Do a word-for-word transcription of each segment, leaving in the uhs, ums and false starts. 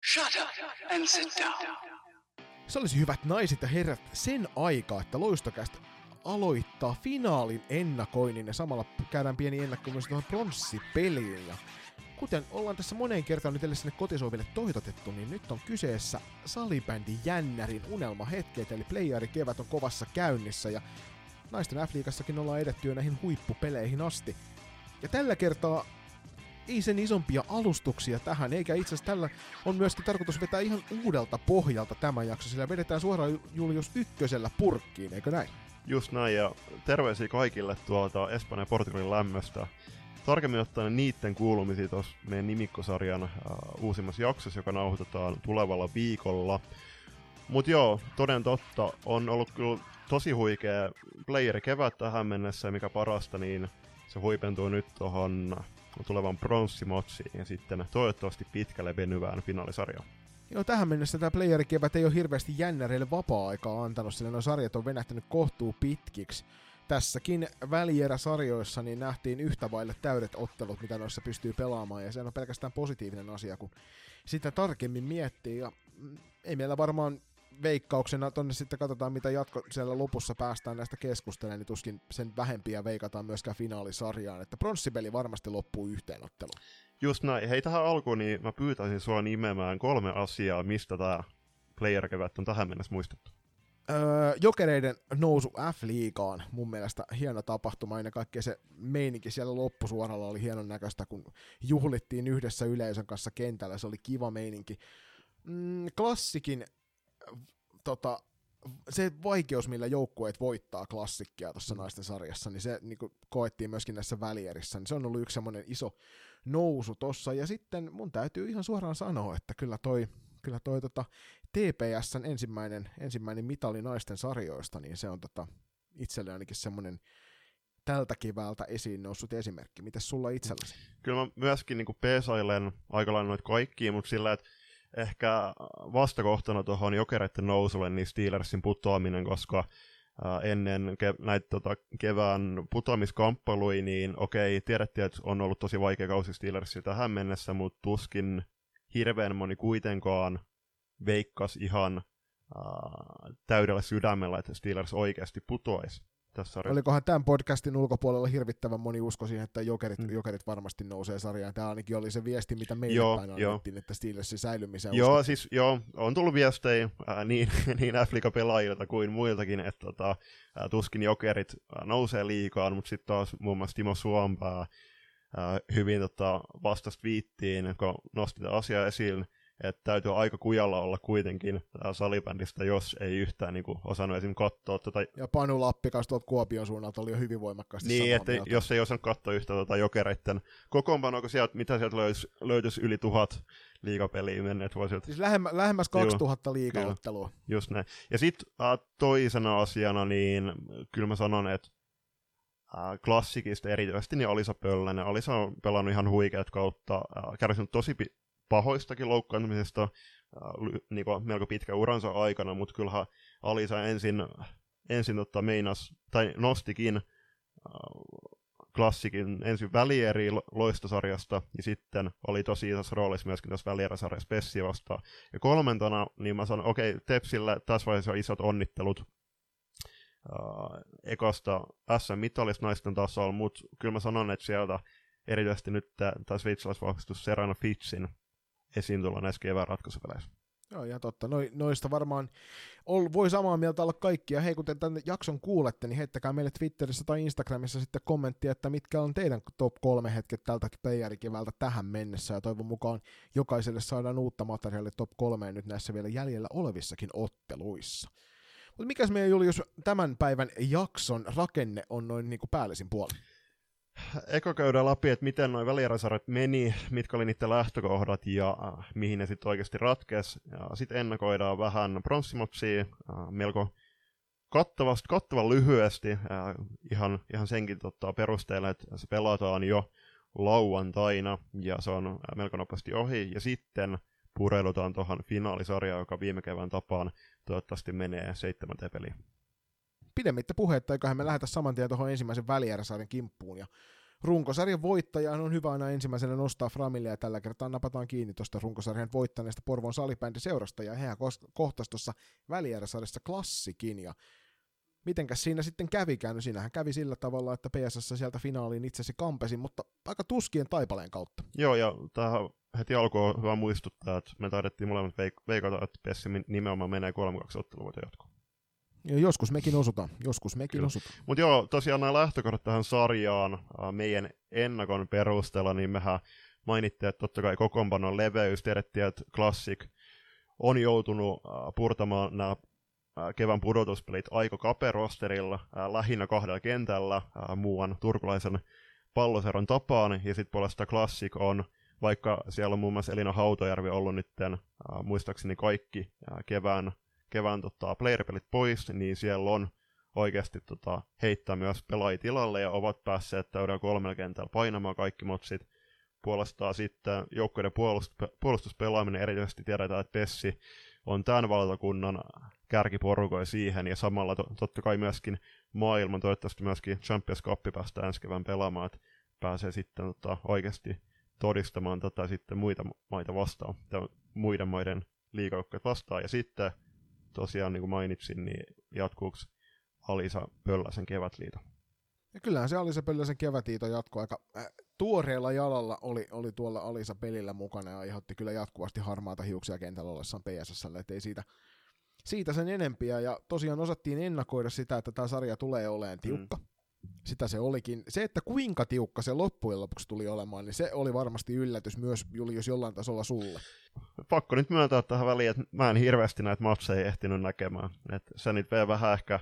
Shut up and sit down. Se olisi, hyvät naiset ja herrat, sen aikaa, että Loistokästä aloittaa finaalin ennakoinnin ja samalla käydään pieni ennakko myös tuohon pronssipeliin. Ja kuten ollaan tässä moneen kertaan nyt sinne kotisoiville toitotettu, niin nyt on kyseessä salibändi Jännärin unelmahetket, eli playerikevät on kovassa käynnissä ja naisten F-liigassakin ollaan edetty jo näihin huippupeleihin asti. Ja tällä kertaa ei sen isompia alustuksia tähän, eikä itse asiassa tällä on myöskin tarkoitus vetää ihan uudelta pohjalta tämä jakso, sillä vedetään suoraan Julius ykkösellä purkkiin, eikö näin? Just näin, ja terveisiä kaikille tuolta Espanjan ja Portugalin lämmöstä. Tarkemmin ottaen niitten kuulumisia tuossa meidän nimikkosarjan uh, uusimmassa jaksossa, joka nauhoitetaan tulevalla viikolla. Mut joo, toden totta, on ollut kyllä tosi huikea playeri kevät tähän mennessä, ja mikä parasta, niin se huipentuu nyt tuohon tulevan pronssimotsiin ja sitten toivottavasti pitkälle venyvään finaalisarjaan. Joo, tähän mennessä tämä playerikevät ei ole hirveästi jännäreille vapaa-aikaa antanut, sillä nuo sarjat on venähtänyt kohtuu pitkiksi. Tässäkin välieräsarjoissa niin nähtiin yhtä vaille täydet ottelut, mitä noissa pystyy pelaamaan, ja se on pelkästään positiivinen asia, kun sitä tarkemmin miettii. Ja ei meillä varmaan veikkauksena, tonne sitten katsotaan mitä jatko siellä lopussa päästään näistä keskustelemaan, niin tuskin sen vähempiä veikataan myöskään finaalisarjaan, että pronssipeli varmasti loppuu yhteen otteluun. Just näin. Hei, tähän alkuun niin mä pyytäisin sua nimeämään kolme asiaa, mistä tää player-kevät on tähän mennessä muistettu. Öö, Jokereiden nousu F-liigaan, mun mielestä hieno tapahtuma, ennen kaikkea se meininki siellä loppusuoralla oli hienon näköistä, kun juhlittiin yhdessä yleisön kanssa kentällä, se oli kiva meininki. Mm, klassikin tota, se vaikeus, millä joukkueet voittaa klassikkia tuossa naisten sarjassa, niin se niin kuin koettiin myöskin näissä välierissä, niin se on ollut yksi semmoinen iso nousu tossa, ja sitten mun täytyy ihan suoraan sanoa, että kyllä toi, kyllä toi tota, T P S:n ensimmäinen, ensimmäinen mitali naisten sarjoista, niin se on tota, itselle ainakin semmoinen tältä keväältä esiin noussut esimerkki. Mites sulla itselläsi? Kyllä mä myöskin niin peesailen aika lailla noita kaikkia, mutta sillä, että ehkä vastakohtana tuohon Jokereiden nousulle niin Steelersin putoaminen, koska ää, ennen ke- näitä tota, kevään putoamiskamppailuja, niin okei, tiedettiin, että on ollut tosi vaikea kausi Steelersillä tähän mennessä, mutta tuskin hirveän moni kuitenkaan veikkas ihan ää, täydellä sydämellä, että Steelers oikeasti putoaisi tässä sarjassa. Olikohan tämän podcastin ulkopuolella hirvittävän moni usko siihen, että jokerit, mm. jokerit varmasti nousee sarjaan. Tämä ainakin oli se viesti, mitä meille joo, päin annettiin, että Steelersin säilymiseen joo, uskottiin. siis joo, on tullut viestejä ää, niin, niin F-liiga-pelaajilta kuin muiltakin, että tota, ää, tuskin jokerit ää, nousee liikaan, mutta sitten taas muun muassa Timo Suompää ää, hyvin tota, vastasi viittiin, kun nosti tätä asiaa esiin, että täytyy aika kujalla olla kuitenkin salibändistä, jos ei yhtään niin kuin, osannut esimerkiksi katsoa. Tota... Ja Panu Lappikas tuolta Kuopion suunnalta oli jo hyvin voimakkaasti niin, samaa että mieltä. Jos ei osannut katsoa yhtä tota, jokereiden kokoonpanoa, kun sieltä, mitä sieltä löytyisi, löytyisi yli tuhat liigapeliä menneet vuosilta. Siis lähemmä, lähemmäs kaksituhatta liigaottelua. Just näin. Ja sitten äh, toisena asiana, niin kyllä mä sanon, että äh, klassikista erityisesti niin Alisa Pöllänen. Alisa on pelannut ihan huikeat kautta, äh, kärsinyt tosi pi- pahoistakin loukkaantumisesta äh, niin melko pitkä uransa aikana, mutta kyllähän Alisa ensin, ensin tota meinas, tai nostikin äh, klassikin ensin välieri loistosarjasta, ja sitten oli tosi isossa roolissa myöskin tässä välieräsarjassa Pessiä vastaan. Ja kolmentana, niin mä sanon, okei, okay, Tepsillä tässä vaiheessa on isot onnittelut äh, ekasta S M-mitalista naisten tasolla, mutta kyllä mä sanon, että sieltä erityisesti nyt tämä sveitsiläisvahvistus Serena Fitsin esiintulo näissä kevään ratkaisupeleissä. Joo, ja totta. No, noista varmaan ol, voi samaa mieltä olla kaikkia. Hei, kuten tämän jakson kuulette, niin heittäkää meille Twitterissä tai Instagramissa sitten kommenttia, että mitkä on teidän top kolme hetket tältä playerikevältä tähän mennessä, ja toivon mukaan jokaiselle saadaan uutta materiaalia top kolmeen nyt näissä vielä jäljellä olevissakin otteluissa. Mutta mikäs meidän, Julius, tämän päivän jakson rakenne on noin niin kuin päällisin puolin? Eka käydään läpi, että miten nuo välieräsarjat meni, mitkä oli niiden lähtökohdat ja äh, mihin ne sitten oikeasti ratkesi. Sitten ennakoidaan vähän pronssimotsia, äh, melko kattavasti, kattavan lyhyesti, äh, ihan, ihan senkin tota, perusteella, että se pelataan jo lauantaina ja se on äh, melko nopeasti ohi. Ja sitten pureudutaan tuohon finaalisarjaan, joka viime kevään tapaan toivottavasti menee seitsemänteen peliin. Pidemmittä puhetta, eiköhän me lähdetä saman tien tuohon ensimmäisen välieräsarjan kimppuun. Ja runkosarjan voittajan on hyvä aina ensimmäisenä nostaa Framille, ja tällä kertaa napataan kiinni tuosta runkosarjan voittaneesta Porvoon salibändiseurasta, ja hehän kohtasi tuossa välieräsarjassa Klassikin, ja mitenkäs siinä sitten kävikään? No siinähän kävi sillä tavalla, että P S S sieltä finaaliin itsesi kampesi, mutta aika tuskien taipaleen kautta. Joo, ja tähän heti alkuun on hyvä muistuttaa, että me taidettiin molemmat veik- veikata, että Pessi nimenomaan menee kolme kaksi otteluvuoteen jatkoon. Ja joskus mekin osutaan, joskus mekin Kyllä. osutaan. Mutta joo, tosiaan nämä lähtökohdat tähän sarjaan äh, meidän ennakon perusteella, niin mehän mainittiin, että totta kai kokoonpanon leveys, tiedettiin, että Classic on joutunut äh, purtamaan nämä äh, kevään pudotuspelit aika kapea rosterilla, äh, lähinnä kahdella kentällä, äh, muuan turkulaisen palloseron tapaan, ja sitten puolesta Classic on, vaikka siellä on muun muassa Elina Hautojärvi ollut nytten, äh, muistaakseni kaikki äh, kevään kevään tota, playeripelit pois, niin siellä on oikeasti tota, heittää myös pelaajia tilalle ja ovat päässeet täydellä kolmella kentällä painamaan kaikki motsit. Puolestaan sitten joukkueiden puolust- puolustuspelaaminen, erityisesti tiedetään, että Pessi on tämän valtakunnan kärkiporukoja siihen, ja samalla to- totta kai myöskin maailman, toivottavasti myöskin Champions Cup päästään ensi kevään pelaamaan, että pääsee sitten tota, oikeasti todistamaan tätä sitten muita maita vastaan, muiden maiden liigajoukkueet vastaan, ja sitten tosiaan, niin kuin mainitsin, niin jatkuuko Alisa Pölläsen kevätliito? Ja kyllähän se Alisa Pölläsen kevätliito jatkoi aika äh, tuoreella jalalla, oli, oli tuolla Alisa pelillä mukana ja aiheutti kyllä jatkuvasti harmaata hiuksia kentällä ollessaan P S S:lle, ettei siitä, siitä sen enempiä. Ja tosiaan osattiin ennakoida sitä, että tämä sarja tulee olemaan tiukka. Mm. Sitä se olikin. Se, että kuinka tiukka se loppujen lopuksi tuli olemaan, niin se oli varmasti yllätys myös, Julius, jollain tasolla sulle. Pakko nyt myöntää tähän väliin, että mä en hirveästi näitä matseja ehtinyt näkemään. Et se nyt vei vähän ehkä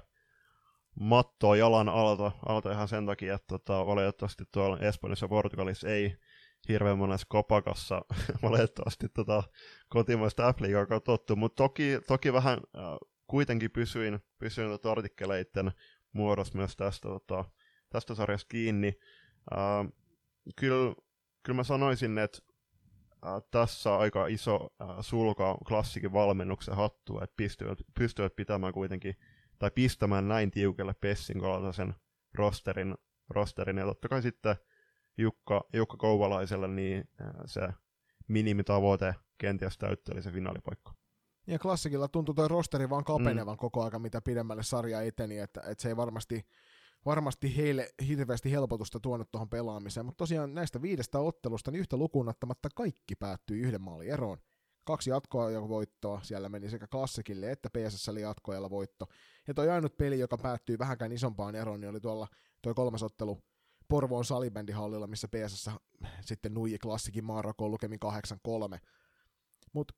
mattoa jalan alta, alta ihan sen takia, että tota, valitettavasti tuolla Espanjassa ja Portugalissa ei hirveän monessa kopakassa valitettavasti tota, kotimaista F-liigaa katsottu, mutta toki, toki vähän äh, kuitenkin pysyin, pysyin tota artikkeleiden muodossa myös tästä, tota, tästä sarjasta kiinni. Äh, kyllä, kyllä mä sanoisin, että äh, tässä on aika iso äh, sulka Klassikin valmennuksen hattua, että pystyvät, pystyvät pitämään kuitenkin, tai pistämään näin tiukelle Pessin kaltaisen rosterin, rosterin, ja totta kai sitten Jukka, Jukka Kouvalaiselle niin äh, se minimitavoite kenties täytteli se finaalipaikka. Ja Klassikilla tuntui tuo rosteri vaan kapenevan mm. koko aika, mitä pidemmälle sarja eteni, että, että se ei varmasti, varmasti heille hirveästi helpotusta tuonut tuohon pelaamiseen, mutta tosiaan näistä viidestä ottelusta niin yhtä lukuun ottamatta kaikki päättyi yhden maalin eroon. Kaksi jatkoajalla siellä meni sekä Klassikille että P S S:lle jatkoajalla voitto. Ja toi ainut peli, joka päättyi vähänkään isompaan eroon, niin oli tuolla toi kolmas ottelu Porvoon salibändihallilla, missä P S S sitten nuiji Klassikin maanrakoon lukemin kahdeksan kolme. Mutta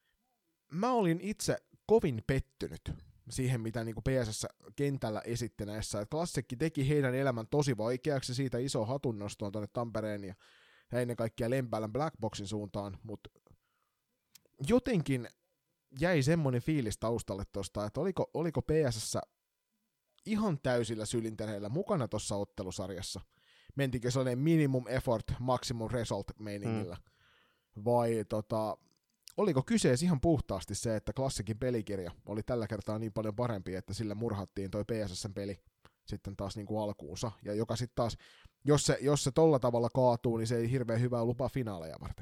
mä olin itse kovin pettynyt siihen, mitä niin kuin P S S kentällä esitti näissä. Et Klassikki teki heidän elämän tosi vaikeaksi, siitä iso hatunnostoon tuonne Tampereen ja ennen kaikkea Lempäälän Blackboxin suuntaan, mutta jotenkin jäi semmoinen fiilis taustalle tosta, että oliko, oliko P S S ihan täysillä sylintereillä mukana tuossa ottelusarjassa. Mentikö sellainen minimum effort, maximum result meiningillä? Mm. Vai tota, oliko kyseessä ihan puhtaasti se, että Klassikin pelikirja oli tällä kertaa niin paljon parempi, että sillä murhattiin toi P S S:n peli sitten taas niin kuin alkuunsa. Ja joka sitten taas, jos se, jos se tolla tavalla kaatuu, niin se ei hirveän hyvää lupaa finaaleja varten.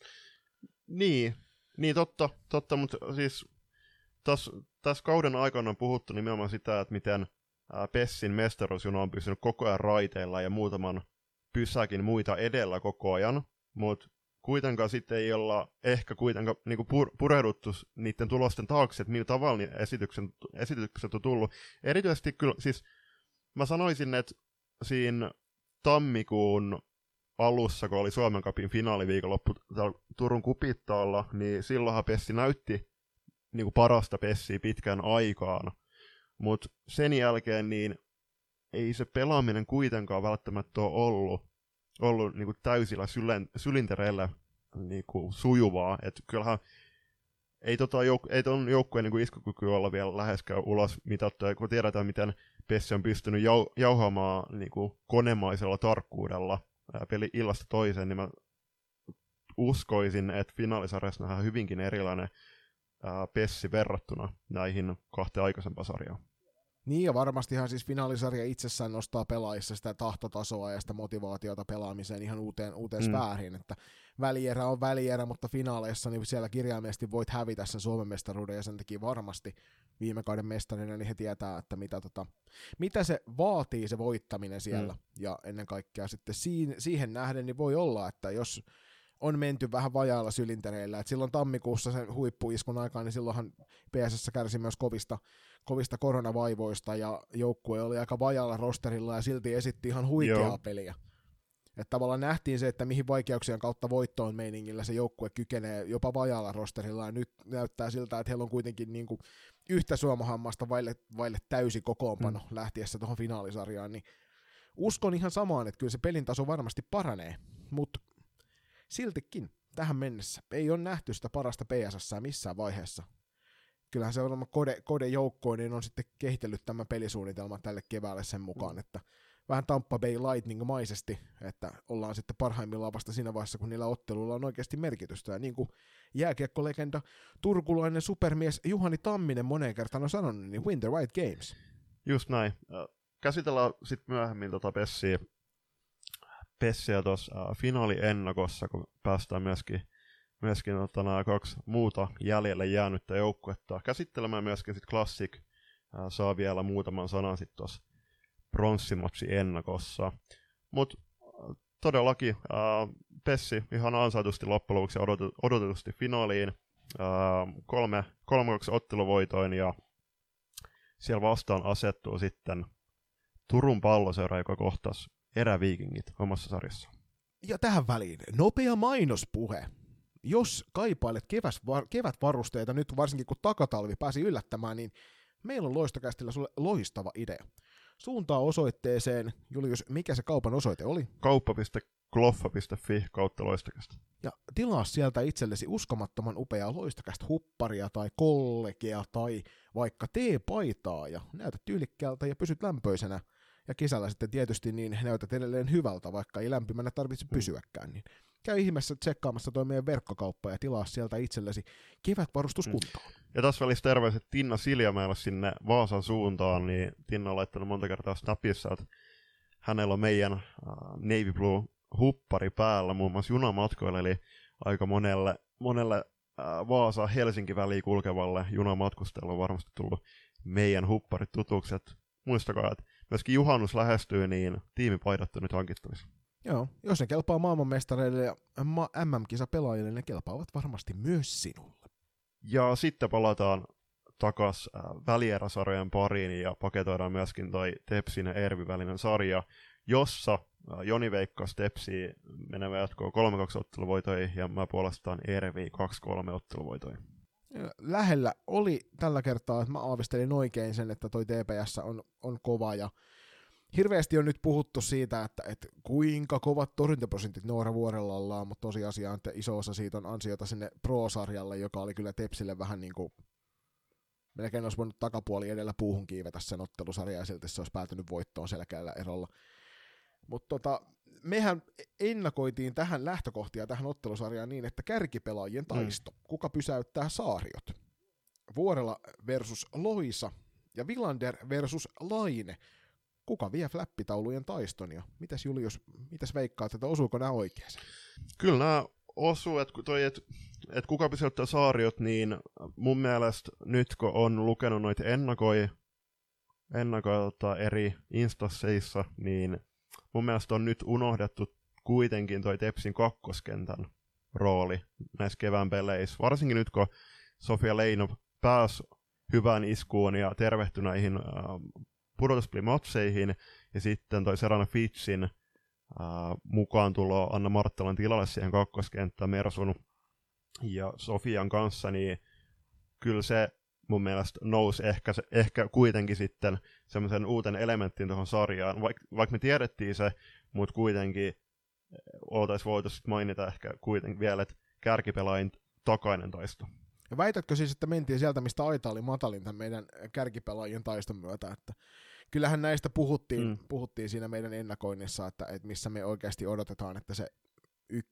Niin, niin totta, totta mutta siis tässä täs kauden aikana on puhuttu nimenomaan sitä, että miten Pessin mestaruusjuna on pysynyt koko ajan raiteilla ja muutaman pysäkin muita edellä koko ajan, mutta kuitenkaan sitten ei olla ehkä kuitenkaan niinku pur- purehduttu niiden tulosten taakse, että millä tavalla niin esityksen, esitykset on tullut. Erityisesti kyllä, siis mä sanoisin, että siinä tammikuun alussa, kun oli Suomen Cupin finaaliviikonloppu Turun Kupittaalla, niin silloinhan Pessi näytti niinku parasta Pessiä pitkään aikaan. Mutta sen jälkeen niin ei se pelaaminen kuitenkaan välttämättä ole ollut, ollut niinku täysillä sylen, sylintereillä niinku sujuvaa. Et kyllähän ei, tota jouk- ei ton joukkueen niinku iskukyky olla vielä läheskään ulos mitattu. Kun tiedetään, miten Pessi on pystynyt jau- jauhaamaan niinku konemaisella tarkkuudella ää, peli illasta toiseen, niin mä uskoisin, että finaalisarjassa nähdään hyvinkin erilainen ää, Pessi verrattuna näihin kahteen aikaisempaan sarjaan. Niin, ja varmastihan siis finaalisarja itsessään nostaa pelaajissa sitä tahtotasoa ja sitä motivaatiota pelaamiseen ihan uuteen, uuteen mm. sfääriin, että välierä on välierä, mutta finaaleissa niin siellä kirjaimellisesti voit hävitä sen Suomen mestaruuden, ja sen takia varmasti viime kauden mestarina, niin he tietää, että mitä, tota, mitä se vaatii se voittaminen siellä, mm. ja ennen kaikkea sitten siihen, siihen nähden niin voi olla, että jos on menty vähän vajailla sylintereillä, että silloin tammikuussa sen huippuiskun aikaan, niin silloinhan P S S kärsi myös kovista, kovista koronavaivoista, ja joukkue oli aika vajaalla rosterilla, ja silti esitti ihan huikeaa Joo. peliä. Että tavallaan nähtiin se, että mihin vaikeuksien kautta voittoon meiningillä se joukkue kykenee jopa vajaalla rosterilla, ja nyt näyttää siltä, että heillä on kuitenkin niin kuin yhtä suomahammasta vaille, vaille täysi kokoonpano hmm. lähtiessä tuohon finaalisarjaan, niin uskon ihan samaan, että kyllä se pelin taso varmasti paranee, mutta siltikin tähän mennessä ei ole nähty sitä parasta P S S:ää missään vaiheessa. Kyllähän se on kode, kode joukkoon, niin on sitten kehitellyt tämän pelisuunnitelman tälle keväälle sen mukaan, mm. että vähän Tampa Bay Lightning-maisesti, että ollaan sitten parhaimmillaan vasta siinä vaiheessa, kun niillä otteluilla on oikeasti merkitystä. Ja niin kuin jääkiekkolegenda, turkulainen supermies Juhani Tamminen moneen kertaan on sanonut, niin win the right games. Just näin. Käsitellään sitten myöhemmin tota Pessiä. Pessiä tuossa uh, finaaliennakossa, kun päästään myöskin, myöskin ottaa nämä kaksi muuta jäljelle jäänyttä joukkuetta. Käsittelemään myöskin sitten Classic, uh, saa vielä muutaman sanan sitten tuossa pronssimatsi ennakossa. Mutta uh, todellakin uh, Pessi ihan ansaitusti loppujen lopuksi odotet- odotetusti finaaliin. Uh, kolme, kolme kaksi otteluvoitoin, ja siellä vastaan asettuu sitten Turun Palloseura, joka kohtasi Eräviikingit omassa sarjassa. Ja tähän väliin nopea mainospuhe. Jos kaipailet keväsvar- kevätvarusteita nyt, varsinkin kun takatalvi pääsi yllättämään, niin meillä on Loistokästillä sulle loistava idea. Suuntaa osoitteeseen, Julius, mikä se kaupan osoite oli? kauppa piste kloffa piste fi kautta Loistokästä. Ja tilaa sieltä itsellesi uskomattoman upeaa Loistokästä hupparia tai kollegea tai vaikka teepaitaa, ja näytät tyylikkäältä ja pysyt lämpöisenä. Ja kesällä sitten tietysti niin näytät edelleen hyvältä, vaikka ei lämpimänä tarvitse pysyäkään. Niin käy ihmeessä tsekkaamassa toi meidän verkkokauppa ja tilaa sieltä itsellesi kevätvarustuskuntoon. Mm. Ja tässä välissä terveiset Tinna Siljamäelle sinne Vaasan suuntaan, niin Tinna on laittanut monta kertaa Snapissa, että hänellä on meidän uh, Navy Blue huppari päällä muun muassa junamatkoille, eli aika monelle, monelle uh, Vaasa-Helsinki väliin kulkevalle junamatkustajalle on varmasti tullut meidän hupparit tutuksi. Muistakaa, että myöskin juhannus lähestyy, niin tiimipaidat on nyt hankittavissa. Joo, jos ne kelpaa maailmanmestareille ja M M-kisapelaajille, ne kelpaavat varmasti myös sinulle. Ja sitten palataan takas äh, välieräsarjojen pariin ja paketoidaan myöskin toi Tepsin ja Ervin välinen sarja, jossa äh, Joni veikkasi Tepsiin menevä jatkoon kolme kaksi otteluvoitoihin ja mä puolestaan Ervi kaksi kolme otteluvoitoihin. Lähellä oli tällä kertaa, että mä aavistelin oikein sen, että toi T P S on, on kova, ja hirveästi on nyt puhuttu siitä, että, että kuinka kovat torjuntaprosentit Noora Vuorella ollaan, mutta tosiasiaan, että iso osa siitä on ansiota sinne Pro-sarjalle, joka oli kyllä Tepsille vähän niin kuin, melkein olisi voinut takapuoli edellä puuhun kiivetä sen ottelusarja, ja silti se olisi päätynyt voittoon selkeällä erolla. Mutta tota, mehän ennakoitiin tähän lähtökohtia tähän ottelusarjaan niin, että kärkipelaajien taisto, mm. kuka pysäyttää Saariot, Vuorela versus Loisa ja Villander versus Laine, kuka vie fläppitaulujen taiston, ja mitäs Julius, mitäs veikkaat, että osuuko nämä oikein? Kyllä nämä osuu, että et, et kuka pysäyttää Saariot, niin mun mielestä nyt kun on lukenut noita ennakoi, ennakoilta eri instansseissa, niin mun mielestä on nyt unohdettu kuitenkin toi Tepsin kakkoskentän rooli näissä kevään peleissä. Varsinkin nyt, kun Sofia Leino pääsi hyvään iskuun ja tervehtyi näihin äh, pudotuspelimatseihin, ja sitten toi Serena Fitchin äh, mukaan tulo Anna Marttalan tilalle siihen kakkoskenttään Mersun ja Sofian kanssa, niin kyllä se mun mielestä nousi ehkä, ehkä kuitenkin sitten semmoisen uuden elementin tuohon sarjaan, Vaik, vaikka me tiedettiin se, mutta kuitenkin oltaisiin voitu mainita ehkä kuitenkin vielä, että kärkipelaajien takainen taisto. Ja väitätkö siis, että mentiin sieltä, mistä aita oli matalin tämän meidän kärkipelaajien taiston myötä, että kyllähän näistä puhuttiin, mm. puhuttiin siinä meidän ennakoinnissa, että, että missä me oikeasti odotetaan, että se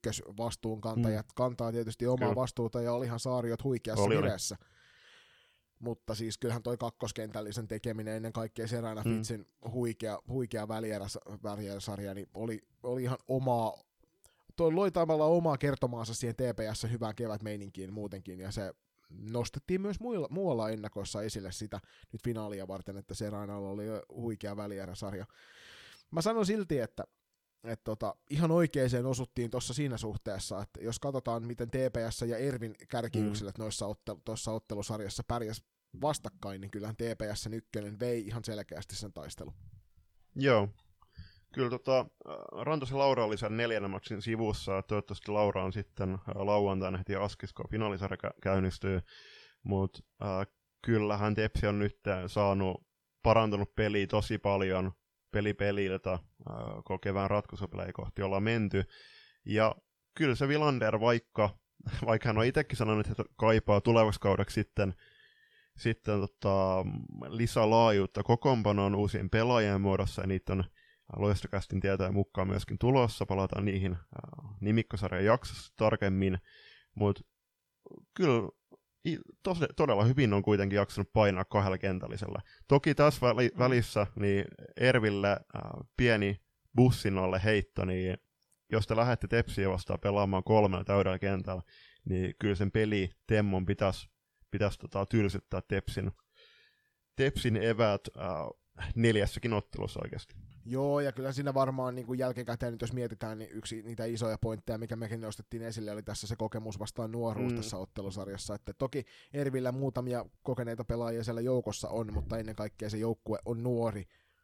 ykkösvastuunkantajat mm. kantaa tietysti omaa Kyllä. vastuuta, ja olihan Saariot huikeassa vireessä. mutta siis kyllähän toi kakkoskentällisen tekeminen ennen kaikkea Serena Mm. Fitzin huikea, huikea välieräsarja niin oli, oli ihan omaa, toi loi tavallaan omaa kertomaansa siihen T P S hyvään kevätmeininkiin muutenkin, ja se nostettiin myös muilla, muualla ennakoissa esille sitä nyt finaalia varten, että Serenalla oli huikea välieräsarja. Mä sanon silti, että et tota, ihan oikeeseen osuttiin tuossa siinä suhteessa, että jos katsotaan, miten T P S ja Ervin kärkiyksilöt mm. noissa ottelu, tuossa ottelusarjassa pärjäs vastakkain, niin kyllähän T P S:n ykkönen vei ihan selkeästi sen taistelun. Joo. Kyllä tota, Rantasen Laura oli sen neljännen matsin sivussa, toivottavasti Laura on sitten lauantaina heti Askis, kun finaalisarja käynnistyy, mutta äh, kyllähän Tepsi on nyt saanut parantunut peliä tosi paljon, peli peliltä, äh, kun kevään ratkaisupelejä kohti ollaan menty. Ja kyllä se Wilander, vaikka, vaikka hän on itsekin sanonut, että kaipaa tulevaksi kaudeksi sitten, sitten tota, lisälaajuutta kokoonpanoon uusien pelaajien muodossa, ja niitä on Loistokästin tietojen mukaan myöskin tulossa, palataan niihin äh, nimikkosarjan jaksossa tarkemmin, mutta kyllä tos, todella hyvin on kuitenkin jaksanut painaa kahdella kentällisellä. Toki tässä väli, välissä niin Erville äh, pieni bussin alle heitto, niin jos te lähdette Tepsiä vastaan pelaamaan kolmella täydellä kentällä, niin kyllä sen peli Temmon pitäisi pitäis, tota, tylsyttää Tepsin, Tepsin eväät äh, neljässäkin ottelussa oikeasti. Joo, ja kyllä siinä varmaan niin kuin jälkikäteen, nyt jos mietitään, niin yksi niitä isoja pointteja, mikä mekin nostettiin esille, oli tässä se kokemus vastaan nuoruus mm. tässä ottelusarjassa. Että toki Ervillä muutamia kokeneita pelaajia siellä joukossa on, mutta ennen kaikkea se joukkue on nuori.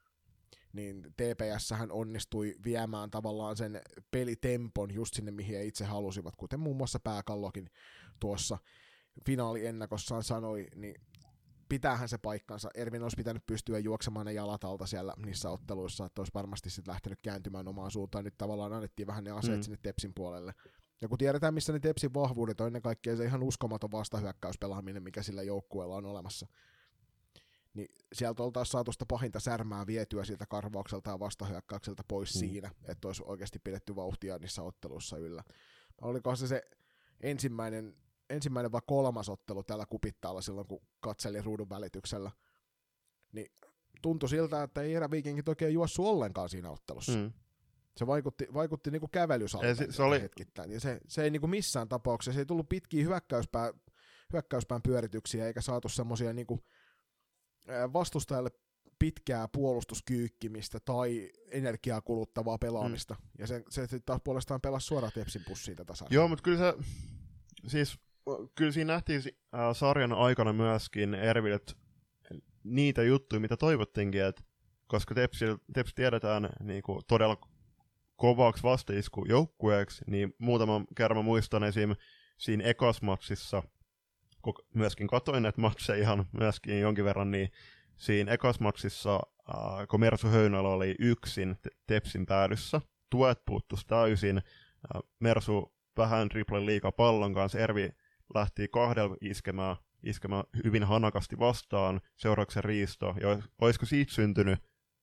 Niin T P S:hän onnistui viemään tavallaan sen pelitempon just sinne, mihin he itse halusivat, kuten muun muassa Pääkallokin tuossa finaaliennakossaan sanoi, niin pitäähän se paikkansa. Ervin olisi pitänyt pystyä juoksemaan ne jalat alta siellä niissä otteluissa, että olisi varmasti sitten lähtenyt kääntymään omaan suuntaan. Nyt tavallaan annettiin vähän ne aseet mm. sinne Tepsin puolelle. Ja kun tiedetään, missä ne Tepsin vahvuudet on, ennen kaikkea se ihan uskomaton vastahyökkäyspelaaminen, mikä sillä joukkueella on olemassa, niin sieltä oltaisiin saatu sitä pahinta särmää vietyä siltä karvaukselta ja vastahyökkäykseltä pois mm. siinä, että olisi oikeasti pidetty vauhtia niissä otteluissa yllä. Olikohan se se ensimmäinen ensimmäinen vai kolmas ottelu tällä Kupittaalla silloin, kun katselin ruudun välityksellä, niin tuntui siltä, että ei eräviikingit oikein juossut ollenkaan siinä ottelussa. Mm. Se vaikutti, vaikutti niinku kävelysalta se, oli... hetkittäin, ja se, se ei niinku missään tapauksessa, se ei tullut pitkiä hyökkäyspää, hyökkäyspään pyörityksiä, eikä saatu semmoisia niinku vastustajalle pitkää puolustuskyykkimistä tai energiaa kuluttavaa pelaamista, mm. ja se, se taas puolestaan pelasi suoraan Tepsin pussiin tätä sarjaa. Joo, mutta kyllä se, siis kyllä siinä nähtiin äh, sarjan aikana myöskin Ervillet niitä juttuja, mitä toivottiinkin, että koska Tepsi, Tepsi tiedetään niin kuin todella kovaksi vastaiskujoukkueeksi, niin muutaman kerran muistan esim. Siinä ekasmatsissa, kun myöskin katoin näitä matseja ihan myöskin jonkin verran, niin siinä ekasmatsissa, äh, kun Mersu Höynälä oli yksin Tepsin päädyssä, tuet puuttuisi täysin, äh, Mersu vähän triplen liikaa pallon kanssa, Ervi lähti kahdella iskemään, iskemään hyvin hanakasti vastaan, seuraavaksi riisto, ja olisiko siitä syntynyt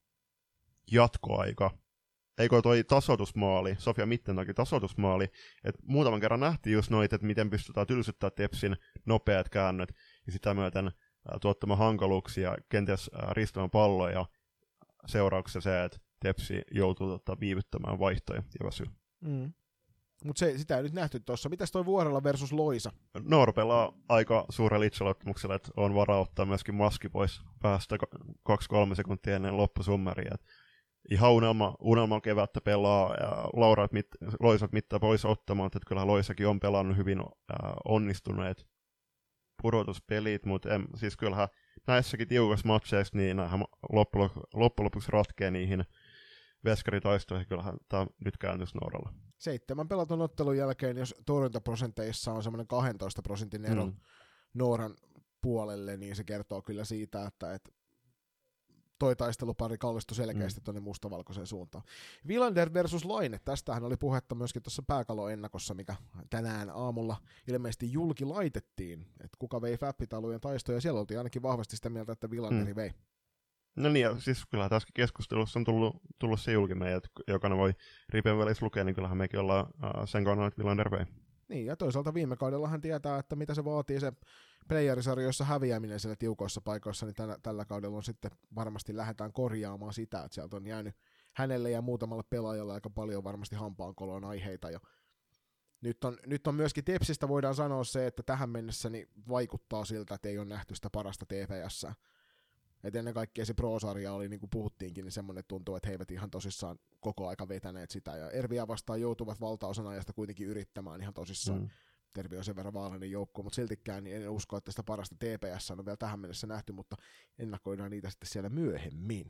jatkoaika? Eikö toi tasoitusmaali, Sofia Mittentakin tasoitusmaali, että muutaman kerran nähtiin just noita, että miten pystytään tylsyttää Tepsin nopeat käännöt, ja sitä myöten ää, tuottamaan hankaluuksia, kenties ää, riistämään palloja, ja seurauksena se, että Tepsi joutuu tota, viivyttämään vaihtoja ja väsyä. Mm. Mutta sitä ei nyt nähty tuossa. Mitäs toi Vuorella versus Loisa? Noor pelaa aika suurella itseluottamuksella, että on varaa ottaa myöskin maski pois päästä kaksi kolme sekuntia ennen loppusummeria. Ihan unelma, unelma kevättä pelaa ja Laura mit, Loisat mittaa pois ottamaan, että kyllähän Loisakin on pelannut hyvin äh, onnistuneet pudotuspelit, mutta siis kyllähän näissäkin tiukassa matseissa niin loppujen loppu, lopuksi ratkee niihin veskaritaistoihin, kyllähän tämä nyt kääntyisi Nooralla. Seitsemän pelatun ottelun jälkeen, jos torjuntaprosenteissa on semmoinen kahdentoista prosentin ero mm. Nooran puolelle, niin se kertoo kyllä siitä, että et toi taistelupari kallistui selkeästi mm. tuonne mustavalkoiseen suuntaan. Wilander versus Laine, tästähän oli puhetta myöskin tuossa pääkalloennakossa, mikä tänään aamulla ilmeisesti julki laitettiin, että kuka vei Fäppitalujen taistoja, ja siellä oltiin ainakin vahvasti sitä mieltä, että Wilanderi mm. vei. No niin, ja siis kyllähän tässäkin keskustelussa on tullut, tullut se julkinen, että jokainen voi ripen välissä lukea, niin kyllähän mekin ollaan äh, sen kannalla, että Wilander vei. Niin, ja toisaalta viime kaudellahan tietää, että mitä se vaatii se playerisarjoissa häviäminen siellä tiukoissa paikoissa, niin tällä, tällä kaudella on sitten varmasti lähdetään korjaamaan sitä, että sieltä on jäänyt hänelle ja muutamalle pelaajalle aika paljon varmasti hampaankoloon aiheita. Ja nyt, on, nyt on myöskin Tepsistä voidaan sanoa se, että tähän mennessä niin vaikuttaa siltä, että ei ole nähty sitä parasta T P S. Et ennen kaikkea se Pro-sarja oli, niin kuin puhuttiinkin, niin semmoinen tuntuu, että he eivät ihan tosissaan koko aika vetäneet sitä. Ja Erviä vastaan joutuvat valtaosan ajasta kuitenkin yrittämään ihan tosissaan. Mm. Tervi on sen verran vaarallinen joukko, mutta siltikään niin en usko, että sitä parasta T P S on vielä tähän mennessä nähty, mutta ennakoidaan niitä sitten siellä myöhemmin.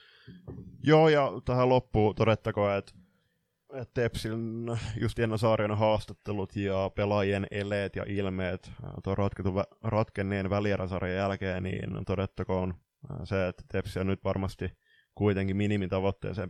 Joo, ja tähän loppuun todettakoon, että, että Tepsin just Jenna Saarionen haastattelut ja pelaajien eleet ja ilmeet tuon ratkenneen välieräsarjan jälkeen, niin todettakoon se, että Tepsi on nyt varmasti kuitenkin minimitavoitteeseen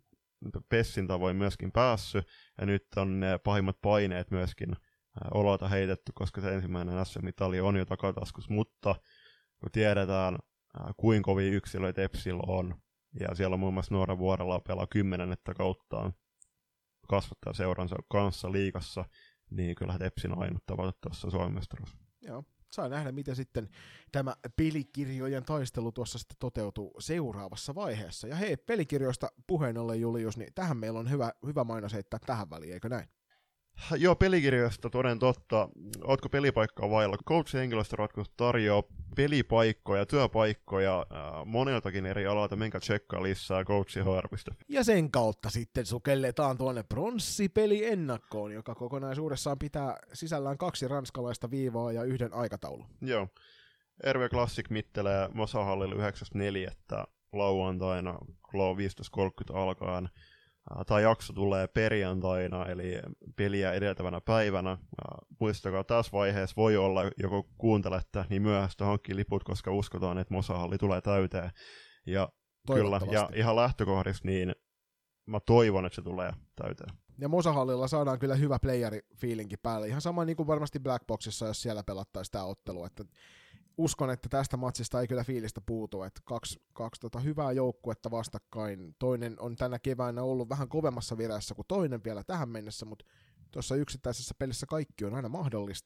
Pessin tavoin myöskin päässyt, ja nyt on ne pahimmat paineet myöskin olota heitetty, koska se ensimmäinen S M-mitali on jo takataskussa, mutta kun tiedetään, kuinka kovia yksilöitä Tepsillä on, ja siellä on muun muassa Noora Vuorella pelaa kymmenennettä kauttaan kasvattaa seuransa kanssa liigassa, niin kyllä Tepsin on ainut tavoite tuossa Suomen mestaruus. Joo, saa nähdä, miten sitten tämä pelikirjojen taistelu tuossa sitten toteutuu seuraavassa vaiheessa. Ja hei, pelikirjoista puheen ollen, Julius, niin tähän meillä on hyvä, hyvä mainos heittää tähän väliin, eikö näin? Joo, pelikirjoista toden totta. Ootko pelipaikkaa vailla? Coach henkilöstöratkaisut tarjoaa pelipaikkoja, työpaikkoja äh, moneltakin eri alalta. Menkää tsekkaa lisää coach h r piste f i. Ja sen kautta sitten sukelletaan tuonne pronssipeli ennakkoon, joka kokonaisuudessaan pitää sisällään kaksi ranskalaista viivaa ja yhden aikataulun. Joo. R V Classic mittelee Mosahallilla yhdeksäs neljättä lauantaina kello viisitoista kolmekymmentä alkaen. Tämä jakso tulee perjantaina, eli peliä edeltävänä päivänä. Muistakaa, tässä vaiheessa voi olla, joko kuuntelette, niin myöhäistä hankkii liput, koska uskotaan, että Mosahalli tulee täyteen. Ja kyllä, ja ihan lähtökohdissa, niin mä toivon, että se tulee täyteen. Ja Mosahallilla saadaan kyllä hyvä playeri-fiilinki päälle. Ihan sama niin kuin varmasti Blackboxissa, jos siellä pelattaisiin tämä ottelu. Että uskon, että tästä matsista ei kyllä fiilistä puutu, että kaksi, kaksi tota hyvää joukkuetta vastakkain. Toinen on tänä keväänä ollut vähän kovemmassa vireessä kuin toinen vielä tähän mennessä, mutta tuossa yksittäisessä pelissä kaikki on aina mahdollista.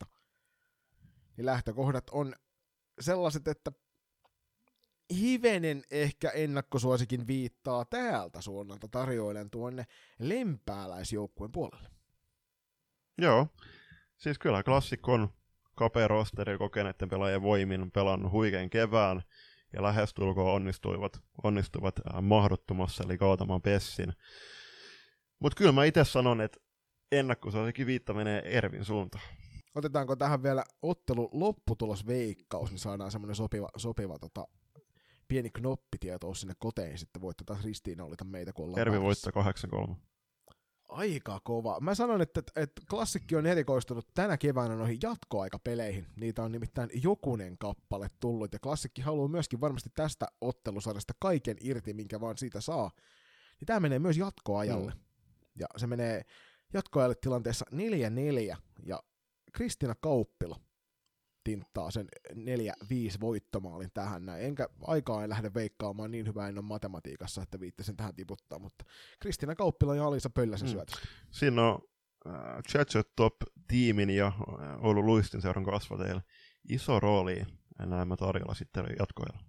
Niin lähtökohdat on sellaiset, että hivenen ehkä ennakkosuosikin viittaa täältä suunnalta tarjoilen tuonne lempääläisjoukkueen puolelle. Joo, siis kyllä Classic on kapea rosteri ja kokeneiden pelaajien voimin pelannut huikean kevään ja lähestulkoon onnistuivat, onnistuivat mahdottomassa eli kaatamaan Pessin. Mutta kyllä mä itse sanon, että ennakkosuosikin viitta menee Ervin suuntaan. Otetaanko tähän vielä ottelu lopputulosveikkaus, niin saadaan semmoinen sopiva, sopiva tota, pieni knoppitietous sinne koteen, sitten voitte taas ristiinnaulita meitä, kun ollaan Ervi voittaa kahdeksan kolme. Aika kova. Mä sanon, että, että Klassikki on erikoistunut tänä keväänä noihin jatkoaikapeleihin. Niitä on nimittäin jokunen kappale tullut, ja Klassikki haluaa myöskin varmasti tästä ottelusarjasta kaiken irti, minkä vaan siitä saa. Niin tää menee myös jatkoajalle. Mm. Ja se menee jatkoajalle tilanteessa neljä neljä, ja Kristiina Kauppila tinttaa sen neljä viisi voittomaalin tähän näin. Enkä aikaa en lähde veikkaamaan, niin hyvä en ole matematiikassa, että viittasin tähän tiputtaa, mutta Kristiina Kauppila ja Alisa Pölläsen mm. syötössä. Siinä on äh, Chatchet Top-tiimin ja äh, Oulun Luistin seuran kasvateilla iso rooli näemme tarjolla sitten jatkoajalla.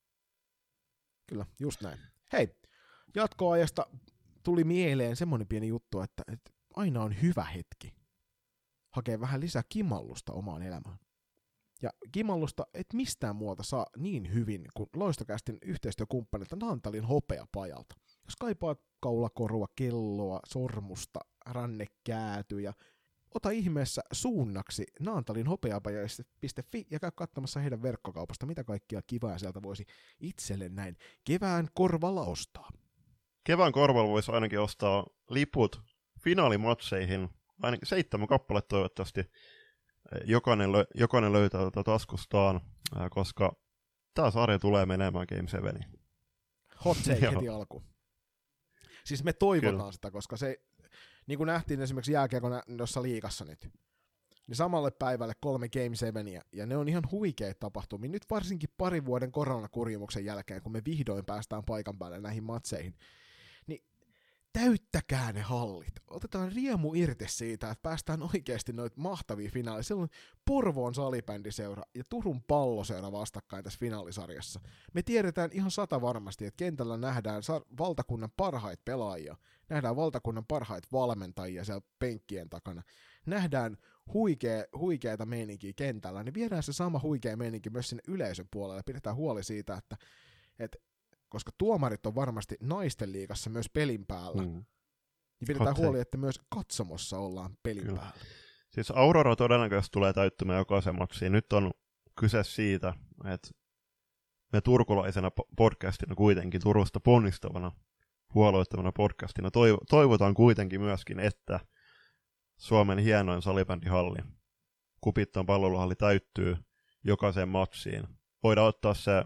Kyllä, just näin. Hei, jatkoajasta tuli mieleen semmoinen pieni juttu, että, että aina on hyvä hetki hakea vähän lisää kimallusta omaan elämään. Ja kimallusta et mistään muualta saa niin hyvin kuin Loistokästin yhteistyökumppanilta Naantalin hopeapajalta. Jos kaipaat kaulakorua, kelloa, sormusta, rannekäätyjä, ota ihmeessä suunnaksi naantalin hopeapaja piste fi ja käy katsomassa heidän verkkokaupasta, mitä kaikkia kivaa sieltä voisi itselle näin kevään korvalla ostaa. Kevään korvalla voisi ainakin ostaa liput finaalimatseihin, ainakin seitsemän kappaletta toivottavasti. Jokainen, lö- jokainen löytää tätä taskustaan, ää, koska tämä sarja tulee menemään Game seveniin. Hot take heti alkuun. Siis me toivotaan Kyllä. sitä, koska se, niin kuin nähtiin esimerkiksi jääkiekon noissa liigassa nyt, niin samalle päivälle kolme Game seveniä, ja ne on ihan huikeita tapahtumia. Nyt varsinkin parin vuoden koronakurjumuksen jälkeen, kun me vihdoin päästään paikan päälle näihin matseihin, niin täyttäkää ne hallit. Otetaan riemu irti siitä, että päästään oikeasti noita mahtavia finaaleja. Siellä on Porvoon salibändiseura ja Turun Palloseura vastakkain tässä finaalisarjassa. Me tiedetään ihan sata varmasti, että kentällä nähdään valtakunnan parhaita pelaajia, nähdään valtakunnan parhaita valmentajia siellä penkkien takana, nähdään huikea, huikeata meininkiä kentällä, niin viedään se sama huikea meininki myös sinne yleisön puolelle. Pidetään huoli siitä, että, että koska tuomarit on varmasti naisten liigassa myös pelin päällä, mm. niin pidetään Hot huoli, että myös katsomossa ollaan pelin Kyllä. päällä. Siis Aurora todennäköisesti tulee täyttymään jokaisen matsiin. Nyt on kyse siitä, että me turkulaisena podcastina kuitenkin, Turusta ponnistavana, puolueettomana podcastina, toivotaan kuitenkin myöskin, että Suomen hienoin salibändihalli, Kupittaan palloiluhalli, täyttyy jokaiseen matsiin. Voidaan ottaa se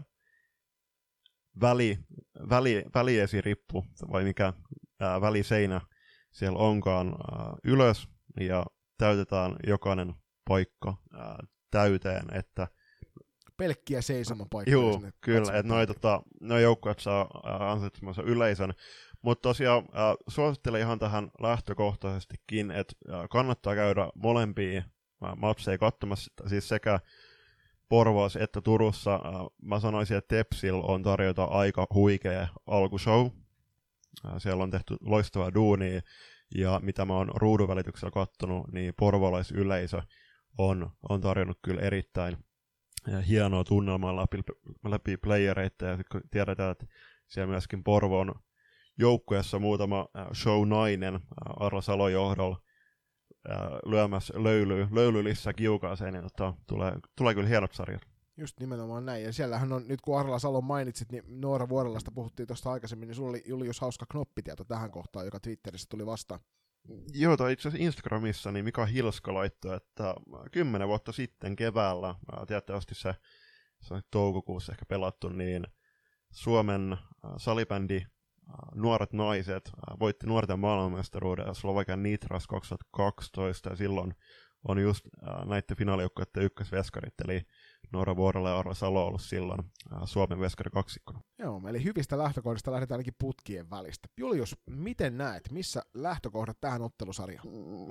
väli, väli, väliesirippu, vai mikä ää, väliseinä siellä onkaan ää, ylös, ja täytetään jokainen paikka ää, täyteen, että pelkkiä seisomapaikkoja. Joo, kyllä, että noi, tota, noi joukkueet saa ää, ansaitsemansa yleisön. Mutta tosiaan äh, suosittelen ihan tähän lähtökohtaisestikin, että äh, kannattaa käydä molempia äh, matseja katsomassa, siis sekä Porvoossa että Turussa. Äh, mä sanoisin, että Tepsil on tarjota aika huikea alkushow. Äh, siellä on tehty loistavaa duunia, ja mitä mä oon ruudun välityksellä katsonut, niin porvolaisyleisö on, on tarjonnut kyllä erittäin äh, hienoa tunnelmaa läpi, läpi playereita, ja sitten kun tiedetään, että siellä myöskin Porvoon joukkueessa muutama show-nainen Arla Salon johdolla lyömässä löylyä, löylylissä kiukaaseen, niin tota, tulee, tulee kyllä hienot sarjat. Just nimenomaan näin, ja siellähän on, nyt kun Arla Salon mainitsit, niin Noora Vuorelasta puhuttiin tuosta aikaisemmin, niin sulla oli Julius hauska knoppitieto tähän kohtaan, joka Twitterissä tuli vastaan. Joo, toi itse asiassa Instagramissa, niin Mika Hilska laittoi, että kymmenen vuotta sitten keväällä, tietysti se, se on toukokuussa ehkä pelattu, niin Suomen salibändi nuoret naiset voitti nuorten maailmanmestaruuden Slovakian Nitras kaksituhattakaksitoista, ja silloin on just näiden finaalijoukkueiden ykkösveskarit, eli Noora Vuorela ja Arla Salo ollut silloin Suomen veskari kaksikkona. Joo, eli hyvistä lähtökohdista lähdetään ainakin putkien välistä. Julius, miten näet, missä lähtökohdat tähän ottelusarjaan?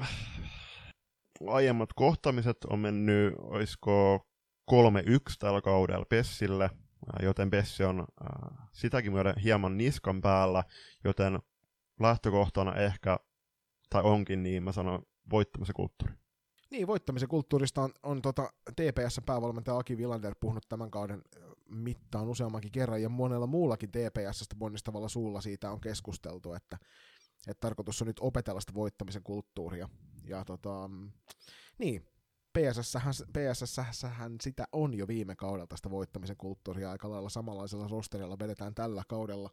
Aiemmat kohtaamiset on mennyt, olisiko kolme yksi tällä kaudella Pessille, joten Pessi on äh, sitäkin myöden hieman niskan päällä, joten lähtökohtana ehkä, tai onkin niin, mä sanon, voittamisen kulttuuri. Niin, voittamisen kulttuurista on, on tota T P S-päävalmentaja Aki Vilander puhunut tämän kauden mittaan useammankin kerran, ja monella muullakin T P S:stä ponnistavalla suulla siitä on keskusteltu, että, että tarkoitus on nyt opetella sitä voittamisen kulttuuria. Ja tota, niin, P S S:ssähän sitä on jo viime kaudelta sitä voittamisen kulttuuria, aika lailla samanlaisella rosterilla vedetään tällä kaudella.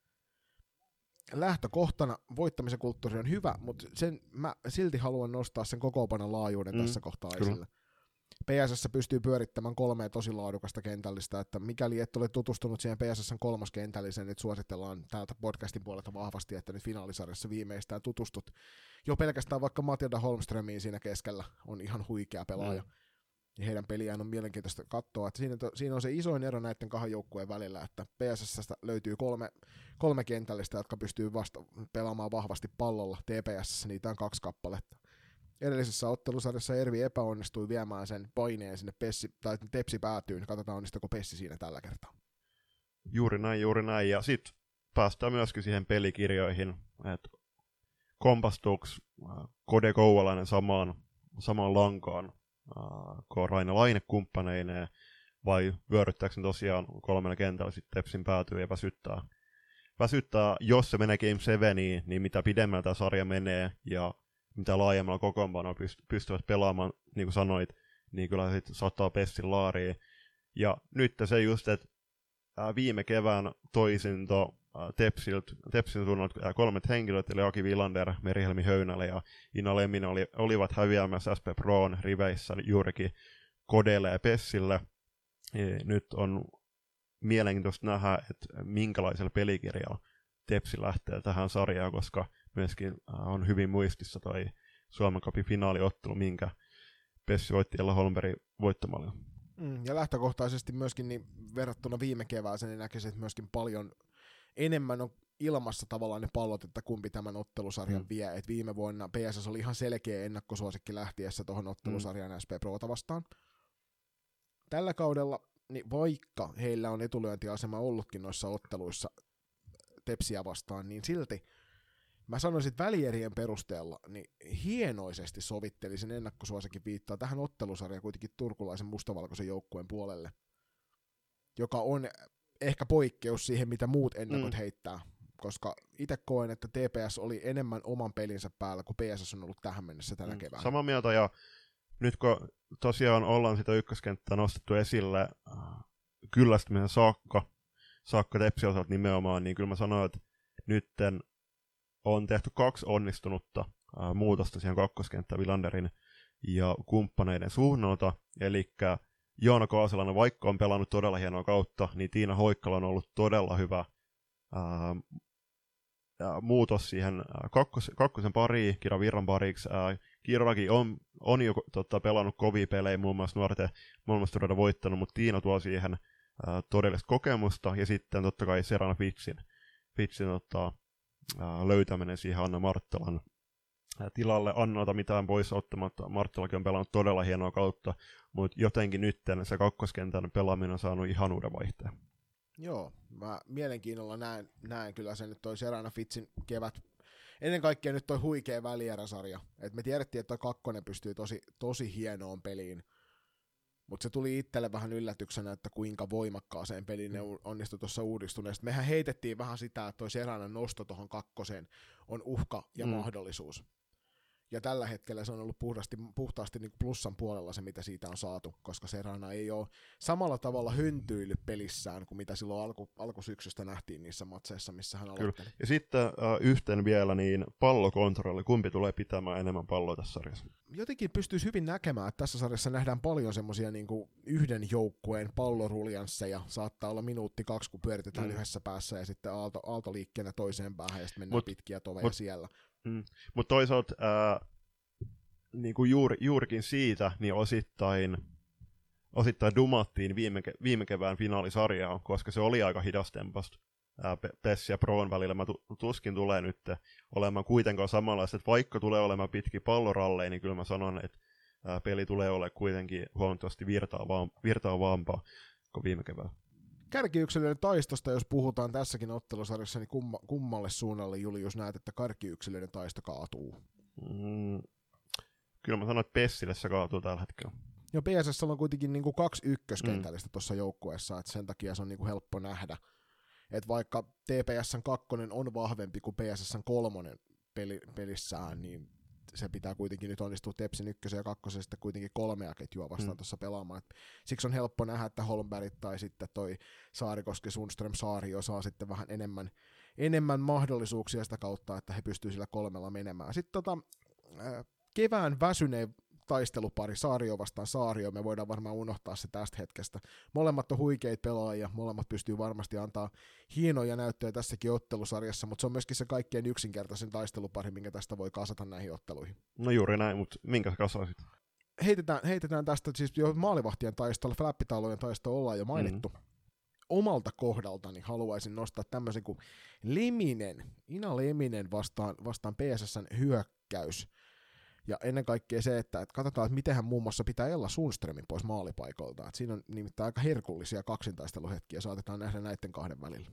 Lähtökohtana voittamisen kulttuuri on hyvä, mutta sen, mä silti haluan nostaa sen kokoonpanon laajuuden mm, tässä kohtaa kyllä. esille. P S S pystyy pyörittämään kolmea tosi laadukasta kentällistä, että mikäli et ole tutustunut siihen P S S:n kolmas kentälliseen, nyt suositellaan täältä podcastin puolelta vahvasti, että nyt finaalisarjassa viimeistään tutustut. Jo pelkästään vaikka Matilda Holmströmiin siinä keskellä on ihan huikea pelaaja. Mm. Ja heidän peliään on mielenkiintoista katsoa. Että siinä, to, siinä on se isoin ero näiden kahden joukkueen välillä, että P S S:stä löytyy kolme, kolme kentällistä, jotka pystyy vasta pelaamaan vahvasti pallolla. T P S:ssä niitä on kaksi kappaletta. Edellisessä ottelusarjassa Ervi epäonnistui viemään sen paineen sinne Pessi, tai Tepsi päätyyn. Katsotaan, onnistuuko Pessi siinä tällä kertaa. Juuri näin, juuri näin. Ja sitten päästään myöskin siihen pelikirjoihin, että kompastuuko Kode Kouvalainen samaan, samaan lankaan kuin Raina Laine kumppaneineen, vai vyöryttääkö ne tosiaan kolmella kentällä sitten Tepsin päätyy ja väsyttää. Väsyttää, jos se menee Game seveniin, niin mitä pidemmällä tämä sarja menee, ja mitä laajemmalla kokoonpanoa pystyvät pelaamaan, niin kuin sanoit, niin kyllä sitten saattaa Pessin laariin. Ja nyt se just, että viime kevään toisinto Tepsiltä, Tepsin suunnalta kolmet henkilöt, eli Aki Vilander, Merihelmi Höynälä ja Ina Lemminen oli, olivat häviämässä S P Proon riveissä juurikin Kodelle ja Pessille. Nyt on mielenkiintoista nähdä, että minkälaisella pelikirjalla Tepsi lähtee tähän sarjaan, koska myöskin on hyvin muistissa toi Suomen Cupin finaaliottelu, minkä Pessi voitti Ella Holmbergin voittamalla. Mm, ja lähtökohtaisesti myöskin niin verrattuna viime kevääseen niin näkisin, että myöskin paljon enemmän on ilmassa tavallaan ne pallot, että kumpi tämän ottelusarjan mm. vie. Et viime vuonna P S S oli ihan selkeä ennakkosuosikki lähtiessä tuohon ottelusarjaan mm. S P Prota vastaan. Tällä kaudella, niin vaikka heillä on etulyöntiasema ollutkin noissa otteluissa Tepsiä vastaan, niin silti mä sanoisin, että välierien perusteella niin hienoisesti sovitteli sen ennakkosuosikin viittaa tähän ottelusarjaan kuitenkin turkulaisen mustavalkoisen joukkueen puolelle, joka on ehkä poikkeus siihen, mitä muut ennakot mm. heittää, koska itse koen, että T P S oli enemmän oman pelinsä päällä, kuin P S S on ollut tähän mennessä tänä mm. keväänä. Samaa mieltä, ja nyt kun tosiaan ollaan sitä ykköskenttää nostettu esille kyllästymisen saakka, saakka Tepsi osalta nimenomaan, niin kyllä mä sanoin, että nytten on tehty kaksi onnistunutta ää, muutosta siihen kakkoskenttään Vilanderin ja kumppaneiden suunnalta, eli Joona Kaaselainen, vaikka on pelannut todella hienoa kautta, niin Tiina Hoikkala on ollut todella hyvä ää, ää, muutos siihen ää, kakkos, kakkosen pariin, Kira Virran pariksi. Ää, Kirakin on, on jo tota, pelannut kovia pelejä, muun muassa nuorten maailmanmestaruuden voittanut, mutta Tiina tuo siihen ää, todellista kokemusta, ja sitten totta kai Serena Fitsin, Fitsin tota, ää, löytäminen siihen Anna Marttalan ää, tilalle. Annalta mitään pois ottamatta, Marttalakin on pelannut todella hienoa kautta, mutta jotenkin nytten se kakkoskentän pelaaminen on saanut ihan uuden vaihteen. Joo, mä mielenkiinnolla näen, näen kyllä sen, että toi Serena Fitsin kevät, ennen kaikkea nyt toi huikea välieräsarja, että me tiedettiin, että toi kakkonen pystyy tosi, tosi hienoon peliin, mutta se tuli itselle vähän yllätyksenä, että kuinka voimakkaaseen peliin ne onnistui tuossa uudistuneesta. Mehän heitettiin vähän sitä, että toi Serenan nosto tuohon kakkoseen on uhka ja mm. mahdollisuus. Ja tällä hetkellä se on ollut puhtaasti, puhtaasti niin kuin plussan puolella se, mitä siitä on saatu, koska Serena ei ole samalla tavalla hyntyillyt pelissään kuin mitä silloin alku, alkusyksystä nähtiin niissä matseissa, missä hän aloitteli. Kyllä. Ja sitten äh, yhten vielä, niin pallokontrolli. Kumpi tulee pitämään enemmän palloa tässä sarjassa? Jotenkin pystyisi hyvin näkemään, että tässä sarjassa nähdään paljon semmoisia niin kuin yhden joukkueen palloruljansseja. Saattaa olla minuutti kaksi, kun pyöritetään mm. yhdessä päässä ja sitten aalto, aaltoliikkeenä toiseen päähän ja sitten mennään mut, pitkiä toveja mut, siellä. Mm. Mutta toisaalta ää, niinku juuri, juurikin siitä niin osittain, osittain dumattiin viime, ke, viime kevään finaalisarjaa, koska se oli aika hidastempasta Pessi ja Proon välillä. Mä tuskin tulee nyt olemaan kuitenkaan samanlaista, että vaikka tulee olemaan pitki palloralleja, niin kyllä mä sanon, että ää, peli tulee olemaan kuitenkin huomattavasti virtaavaa, virtaavampaa kuin viime kevään. Kärkiyksilöiden taistosta, jos puhutaan tässäkin ottelusarjassa, niin kumma, kummalle suunnalle, Julius, näet, että kärkiyksilöiden taisto kaatuu? Mm, kyllä mä sanon, että Pessille se kaatuu tällä hetkellä. Joo, P S S on kuitenkin niin kuin kaksi ykköskentällistä mm. tuossa joukkueessa, että sen takia se on niin kuin helppo nähdä. Että vaikka T P S:n kakkonen on vahvempi kuin P S S:n kolmonen peli, pelissään, niin se pitää kuitenkin nyt onnistua Tepsin ykkösen ja kakkosen sitten kuitenkin kolmea ketjua vastaan mm. tuossa pelaamaan. Et siksi on helppo nähdä, että Holmberg tai sitten toi Saarikoski, Sundström, Saario saa sitten vähän enemmän, enemmän mahdollisuuksia sitä kautta, että he pystyvät sillä kolmella menemään. Sitten tota, äh, kevään väsyneen taistelupari Saario vastaan Saario, me voidaan varmaan unohtaa se tästä hetkestä. Molemmat on huikeita pelaajia, molemmat pystyy varmasti antaa hienoja näyttöjä tässäkin ottelusarjassa, mutta se on myöskin se kaikkein yksinkertaisen taistelupari, minkä tästä voi kasata näihin otteluihin. No juuri näin, mutta minkä sä kasaisit? Heitetään, heitetään tästä, siis jo maalivahtien taistolla, fläppitaulujen taisto ollaan jo mainittu. Mm-hmm. Omalta kohdaltani haluaisin nostaa tämmöisen kuin Leminen, Ina Leminen vastaan, vastaan P S S:n hyökkäys. Ja ennen kaikkea se, että, että katsotaan, että miten hän muun muassa pitää Ella Sundströmin pois maalipaikolta. Että siinä on nimittäin aika herkullisia kaksintaisteluhetkiä, saatetaan nähdä näiden kahden välillä.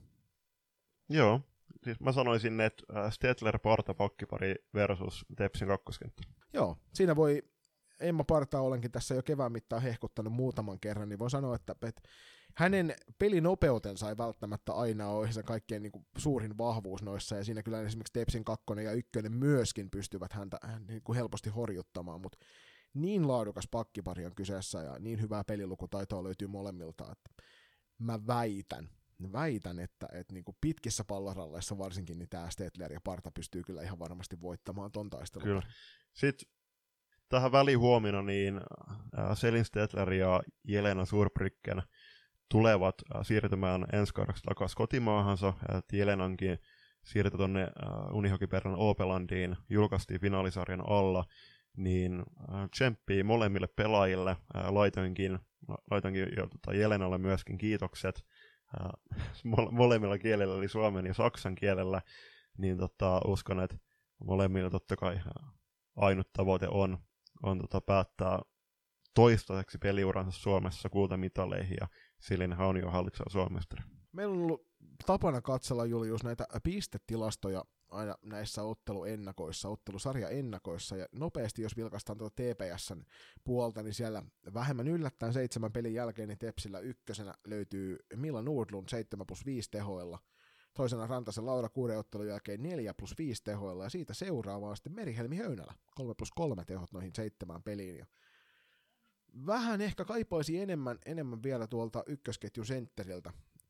Joo, siis mä sanoisin, että Stetler Parta pakkipari versus Tepsin kakkoskenttä. Joo, siinä voi, Emma Parta olenkin tässä jo kevään mittaan hehkuttanut muutaman kerran, niin voin sanoa, että, että hänen pelinopeutensa ei välttämättä aina ole se kaikkein niin kuin suurin vahvuus noissa, ja siinä kyllä esimerkiksi Tepsin kakkonen ja ykkönen myöskin pystyvät häntä niin kuin helposti horjuttamaan, mutta niin laadukas pakkipari on kyseessä, ja niin hyvää pelilukutaitoa löytyy molemmilta, että mä väitän, väitän että, että niin kuin pitkissä palloralleissa varsinkin niin tämä Stetler ja Parta pystyy kyllä ihan varmasti voittamaan ton taistelun. Kyllä. Sitten tähän välihuomina, niin Selin Stetler ja Jelena Surbricken tulevat äh, siirtymään ensi kaudeksi takaisin kotimaahansa. Äh, Jelenankin siirtyi tuonne äh, Unihokiperran Opelandiin, julkaistiin finaalisarjan alla, niin äh, tsemppii molemmille pelaajille. Äh, laitoinkin, laitoinkin jo tota, Jelenalle myöskin kiitokset äh, molemmilla kielillä, eli suomen ja saksan kielellä, niin tota, uskon, että molemmilla totta kai ainut tavoite on, on tota, päättää toistaiseksi peliuransa Suomessa kultamitaleihin, ja Silinhän on jo hallitseva Suomestari. Meillä on ollut tapana katsella, Julius, näitä pistetilastoja aina näissä otteluennakoissa, ottelusarjaennakoissa, ja nopeasti, jos vilkaistaan tuota T P S:n puolta, niin siellä vähemmän yllättäen seitsemän pelin jälkeen, niin Tepsillä ykkösenä löytyy Milla Nordlund seitsemän plus viisi tehoilla, toisena Rantasen Laura kuuden ottelun jälkeen neljä plus viisi tehoilla, ja siitä seuraavaa sitten Merihelmi Höynälä, kolme plus kolme tehot noihin seitsemään peliin, ja vähän ehkä kaipaisi enemmän, enemmän vielä tuolta ykkösketjun sentteriltä,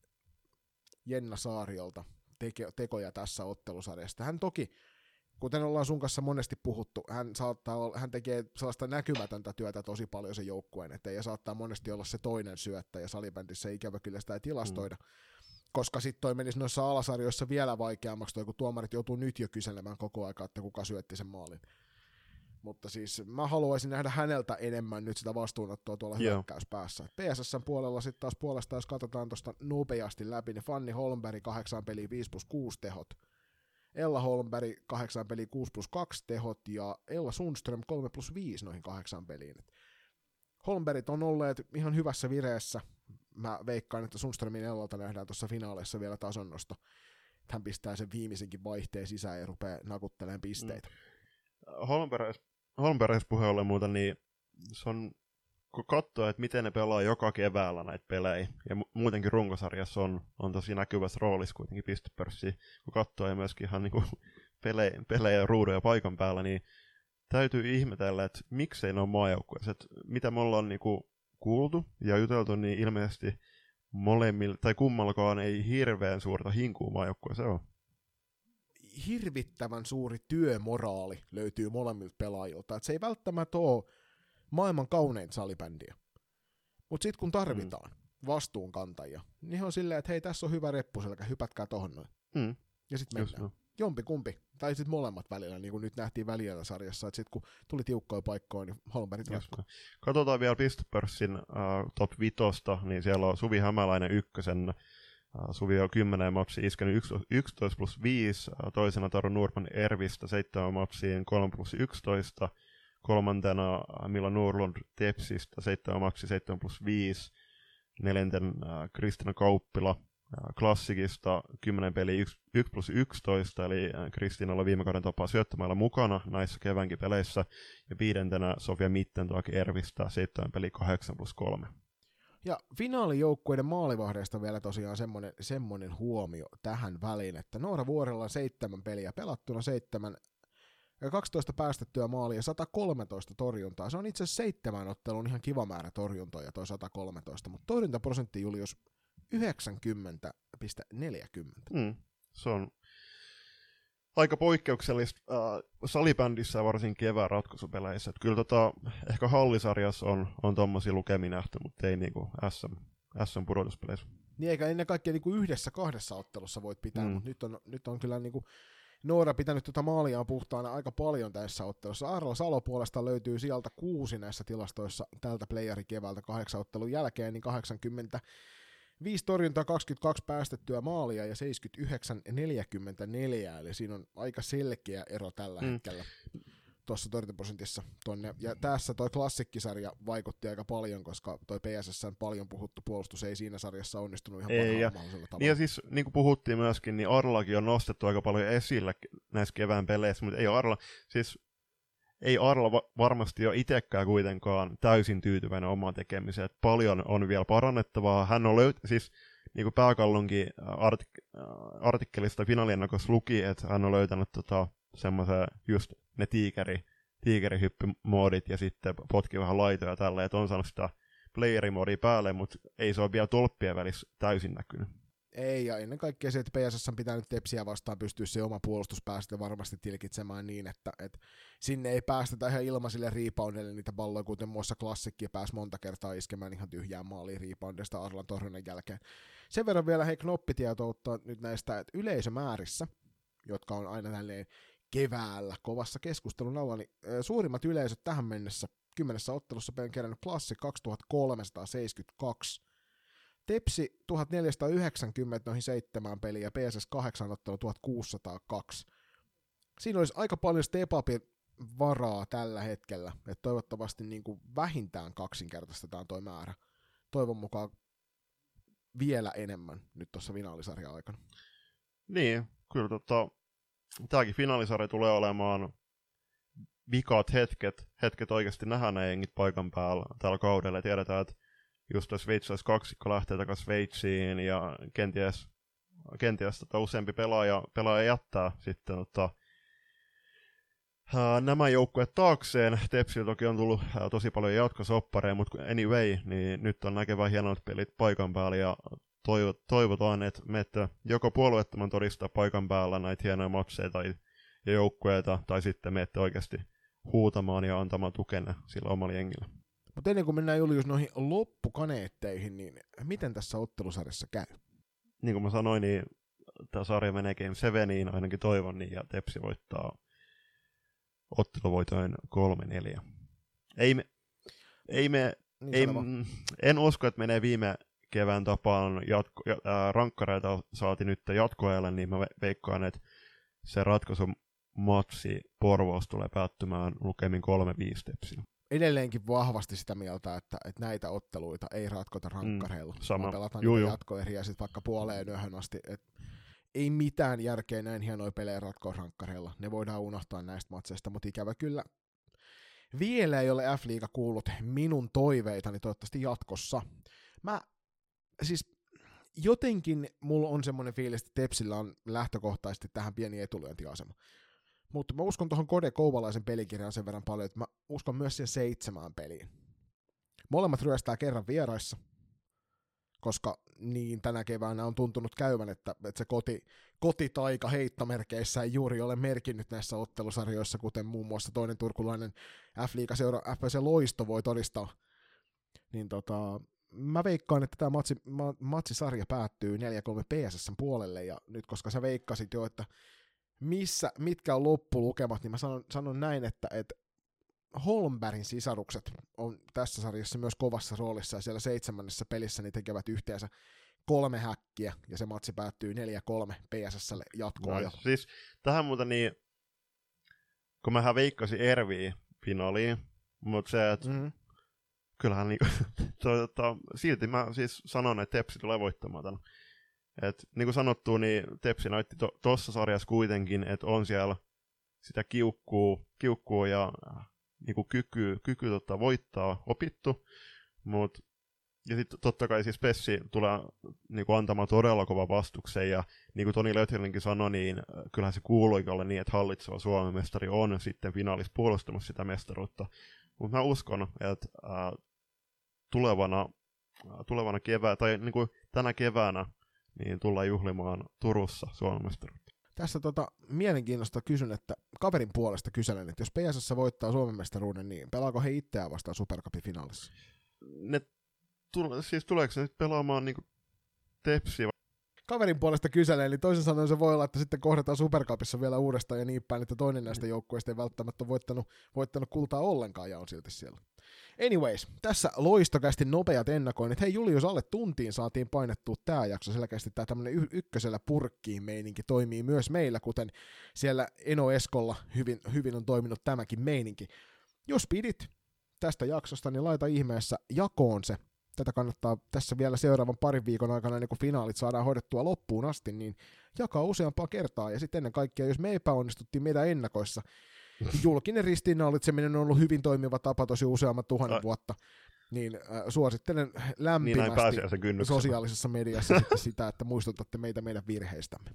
Jenna Saariolta, teke, tekoja tässä ottelusarjassa. Hän toki, kuten ollaan sun kanssa monesti puhuttu, hän, saattaa olla, hän tekee sellaista näkymätöntä työtä tosi paljon sen joukkueen eteen, ja saattaa monesti olla se toinen syöttäjä salibändissä, ikävä kyllä sitä ei tilastoida, mm. koska sitten toi menisi noissa alasarjoissa vielä vaikeammaksi, toi, kun tuomarit joutuu nyt jo kyselemään koko ajan, että kuka syötti sen maalin. Mutta siis mä haluaisin nähdä häneltä enemmän nyt sitä vastuunottoa tuolla Joo. hyökkäyspäässä. P S S:n puolella sitten taas puolestaan, jos katsotaan tuosta nopeasti läpi, niin Fanni Holmberg kahdeksan peliä viisi plus kuusi tehot, Ella Holmberg kahdeksan peliä kuusi plus kaksi tehot ja Ella Sundström kolme plus viisi noihin kahdeksan peliin. Holmbergit on olleet ihan hyvässä vireessä. Mä veikkaan, että Sundströmin Ellalta nähdään tuossa finaaleissa vielä tasonnosta. Hän pistää sen viimeisenkin vaihteen sisään ja rupeaa nakuttelemaan pisteitä. Mm. Holmberg Holmbergis puheen ollen muuta, niin se on, kun katsoo, että miten ne pelaa joka keväällä näitä pelejä, ja mu- muutenkin runkosarjassa on, on tosi näkyvässä roolissa kuitenkin pistepörssiä, kun katsoo ja myöskin ihan niinku pelejä, pelejä ruuduja paikan päällä, niin täytyy ihmetellä, että miksei ne ole maajoukkueessa. Mitä me ollaan niinku kuultu ja juteltu, niin ilmeisesti molemmilla, tai kummallakaan ei hirveän suurta hinkua maajoukkueessa ole. Hirvittävän suuri työmoraali löytyy molemmilta pelaajilta. Et se ei välttämättä ole maailman kaunein salibändiä. Mutta sitten kun tarvitaan mm. vastuunkantajia, niin on silleen, että hei, tässä on hyvä reppuselkä, hypätkää tohon noin. Mm. Ja sitten mennään. No. Jompi kumpi. Tai sitten molemmat välillä, niin kuin nyt nähtiin välillä sarjassa, että sitten kun tuli tiukkoja paikkoja, niin Holmbergit ratkoi. Katsotaan vielä pistepörssin uh, top vitosta, niin siellä on Suvi Hämäläinen ykkösen. Suvi on kymmenen mapsia iskenyt yksitoista plus viisi, toisena Taru Nurman Ervistä seitsemän mapsiin kolme plus yksitoista, kolmantena Milla Nurlund Tepsistä seitsemän mapsia seitsemän plus viisi, neljänten Kristina Kauppila Klassikista kymmenen peliä yksi plus yksitoista, eli Kristiinalla viime kauden tapaa syöttämällä mukana näissä keväänkin peleissä, ja viidentenä Sofia Mittentoakin Ervistä seitsemän peliä kahdeksan plus kolme. Ja finaalijoukkueiden maalivahdeista vielä tosiaan semmoinen, semmoinen huomio tähän väliin, että Noora Vuorella on seitsemän peliä pelattuna, seitsemän, kaksitoista päästettyä maalia, sata kolmetoista torjuntaa. Se on itse asiassa seitsemän ottelun ihan kiva määrä torjuntoja, toi sata kolmetoista, mutta torjuntaprosentti, Julius, yhdeksänkymmentä pilkku neljäkymmentä. Mm, se on aika poikkeuksellista äh, salibändissä ja varsinkin kevään ratkaisupeleissä. Et kyllä tota, ehkä hallisarjassa on, on tommosia lukemia nähty, mutta ei niinku S M-pudotuspeleissä. Niin eikä ennen kaikkea niinku yhdessä kahdessa ottelussa voit pitää, mm. mutta nyt on, nyt on kyllä niinku Noora pitänyt tuota maaliaan puhtaana aika paljon tässä ottelussa. Arla Salo puolesta löytyy sieltä kuusi näissä tilastoissa tältä playerikeväältä kahdeksan ottelun jälkeen, niin kahdeksankymmentä viisi torjuntaa, kaksikymmentäkaksi päästettyä maalia ja seitsemänkymmentäyhdeksän neljäkymmentäneljä, eli siinä on aika selkeä ero tällä mm. hetkellä tuossa torjuntaprosentissa tonne. Ja tässä toi klassikkisarja vaikutti aika paljon, koska toi P S S:n paljon puhuttu puolustus ei siinä sarjassa onnistunut ihan parhaalla mahdollisella tavalla. Niin ja siis, niin kuin puhuttiin myöskin, niin Arlakin on nostettu aika paljon esille näissä kevään peleissä, mutta ei Arla, siis ei Arla va- varmasti ole itsekään kuitenkaan täysin tyytyväinen omaan tekemiseen. Et paljon on vielä parannettavaa. Hän on löyt- siis niin kuin Pääkallunkin artik- artikkelista finaaliennakossa luki, että hän on löytänyt tota, semmoisen just ne tiikeri, tiikerihyppymoodit ja sitten potki vähän laitoja ja tällä, että on saanut sitä playerimodia päälle, mutta ei se ole vielä tolppien välissä täysin näkynyt. Ei, ja ennen kaikkea se, että P S S on pitänyt Tepsiä vastaan pystyä se oma puolustus päästä varmasti tilkitsemään niin, että, että sinne ei päästetä ihan ilmaisille reboundille niitä palloja, kuten muassa Klassikki pääsi monta kertaa iskemään ihan tyhjään maaliin reboundista Arlan torjunnan jälkeen. Sen verran vielä hei knoppitietoutta nyt näistä että yleisömäärissä, jotka on aina tälleen keväällä kovassa keskustelun alla, niin suurimmat yleisöt tähän mennessä kymmenessä ottelussa on kerännyt Klassi kaksituhattakolmesataaseitsemänkymmentäkaksi, Tepsi tuhatneljäsataayhdeksänkymmentä noihin seitsemään peliä ja P S S kahdeksan ottelu tuhatkuusisataakaksi. Siinä olisi aika paljon step-upin varaa tällä hetkellä, että toivottavasti niin kuin vähintään kaksinkertaistetaan toi määrä. Toivon mukaan vielä enemmän nyt tuossa finaalisarjan aikana. Niin, kyllä tota, tämäkin finaalisarja tulee olemaan vikaat hetket, hetket oikeasti nähdään ne jengit paikan päällä tällä kaudella. Tiedetään, että just toi sveitsiläiskaksikko lähtee takaisin Sveitsiin ja kenties, kenties tota useampi pelaaja, pelaaja jättää sitten tota, ää, nämä joukkueet taakseen. Tepsillä toki on tullut ää, tosi paljon jatkosoppareja, mutta anyway, niin nyt on näkevä hienot pelit paikan päällä ja toivo, toivotaan, että menette joko puolueettoman todistaa paikan päällä näitä hienoja matseja tai ja joukkueita, tai sitten menette oikeasti huutamaan ja antamaan tukenne sillä omalla jengillä. Mutta ennen kuin mennään Julius noihin loppukaneetteihin, niin miten tässä ottelusarjassa käy? Niin kuin mä sanoin, niin tämä sarja menee Game seveniin, ainakin toivon, niin, ja Tepsi voittaa otteluvoitoin kolme neljä. Ei me, ei me Niin ei, en usko, että menee viime kevään tapaan jatko, äh, rankkareita saati nyt jatkoajalle, niin mä veikkaan, että se ratkaisumatsi Porvoossa tulee päättymään lukemin kolme viisi Tepsillä. Edelleenkin vahvasti sitä mieltä, että, että näitä otteluita ei ratkota rankkareilla. Mm, sama. Pelataan Juu, niitä juu. jatkoeriä sitten vaikka puoleen yöhön asti. Et ei mitään järkeä näin hienoja pelejä ratkoa rankkareilla. Ne voidaan unohtaa näistä matseista, mutta ikävä kyllä vielä ei ole F-liiga kuullut minun toiveitani toivottavasti jatkossa. Mä siis jotenkin mulla on semmoinen fiilis, että Tepsillä on lähtökohtaisesti tähän pieni etulyöntiasema. Mutta mä uskon tuohon Kode Kouvalaisen pelikirjaan sen verran paljon, että mä uskon myös siihen seitsemään peliin. Molemmat ryöstää kerran vieraissa, koska niin tänä keväänä on tuntunut käyvän, että, että se koti, kotitaika heittomerkeissä ei juuri ole merkinnyt näissä ottelusarjoissa, kuten muun muassa toinen turkulainen F-liigaseura F P C Loisto voi todistaa. Niin tota, mä veikkaan, että tämä matsi, ma, matsisarja päättyy neljä kolme P S S:n puolelle, ja nyt koska sä veikkasit jo, että missä, mitkä on loppulukemat, niin mä sanon, sanon näin, että, että Holmbergin sisarukset on tässä sarjassa myös kovassa roolissa, ja siellä seitsemännessä pelissä niin tekevät yhteensä kolme häkkiä, ja se matsi päättyy neljä kolme P S S:lle jatkoa. No, siis tähän muuten niin, kun mähän veikkasin Erviin finaaliin, mutta se, että mm-hmm. kyllähän niin, to, to, silti mä siis sanon, että Tepsi tulee voittamaan tämän. Et, niin kuin sanottu, niin Tepsi näytti tuossa to, sarjassa kuitenkin, että on siellä sitä kiukkuu, kiukkuu ja niin kuin kyky, kyky tota, voittaa opittu, mut, ja sitten totta kai siis Pessi tulee niin kuin antamaan todella kova vastuksen, ja niin kuin Toni Lötjärlinkin sanoi, niin kyllähän se kuuluikin olla niin, että hallitseva Suomen mestari on sitten finaalissa puolustamassa sitä mestaruutta, mutta mä uskon, että äh, tulevana, äh, tulevana kevää, tai niin kuin tänä keväänä, niin tullaan juhlimaan Turussa Suomen mestaruutta. Tässä tota, mielenkiintoista kysyn, että kaverin puolesta kyselen, että jos P S S voittaa Suomen mestaruuden, niin pelaako he itseään vastaan Supercupin finaalissa? Ne tule, siis tuleeko se nyt pelaamaan niinku Tepsi? Kaverin puolesta kyselen, eli toisin sanoen se voi olla, että sitten kohdataan Supercupissa vielä uudestaan ja niin päin, että toinen näistä joukkueista ei välttämättä ole voittanut, voittanut kultaa ollenkaan ja on silti siellä. Anyways, tässä loistokästi nopeat ennakoinnit. Hei Julius, alle tuntiin saatiin painettua tämä jakso. Selkeästi tämä tämmöinen y- ykkösellä purkkiin meininki toimii myös meillä, kuten siellä Eno Eskolla hyvin, hyvin on toiminut tämäkin meininki. Jos pidit tästä jaksosta, niin laita ihmeessä jakoon se. Tätä kannattaa tässä vielä seuraavan parin viikon aikana, ennen kuin finaalit saadaan hoidettua loppuun asti, niin jakaa useampaa kertaa. Ja sitten ennen kaikkea, jos me epäonnistuttiin meidän ennakoissa, julkinen ristiinnaulitseminen on ollut hyvin toimiva tapa tosi useamman tuhannen vuotta, niin äh, suosittelen lämpimästi niin sosiaalisessa mediassa sitten sitä, että muistutatte meitä meidän virheistämme.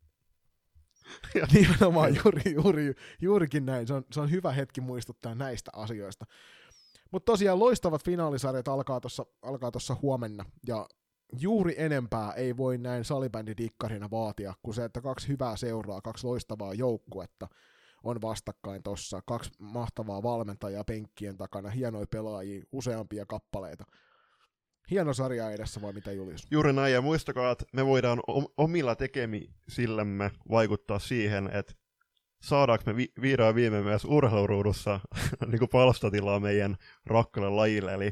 Nimenomaan juuri, juuri, juurikin näin, se on, se on hyvä hetki muistuttaa näistä asioista. Mutta tosiaan loistavat finaalisarjat alkaa tuossa alkaa tossa huomenna, ja juuri enempää ei voi näin salibändidikkarina vaatia, kuin se, että kaksi hyvää seuraa, kaksi loistavaa joukkuetta on vastakkain tossa, kaksi mahtavaa valmentajaa penkkien takana, hienoja pelaajia, useampia kappaleita. Hieno sarja edessä vai mitä, Julius? Juuri näin, ja muistakaa, että me voidaan omilla tekemisillämme vaikuttaa siihen, että saadaanko me vi- vihdoin viime myös urheiluruudussa niin palstatilaa meidän rakkaalle lajille, eli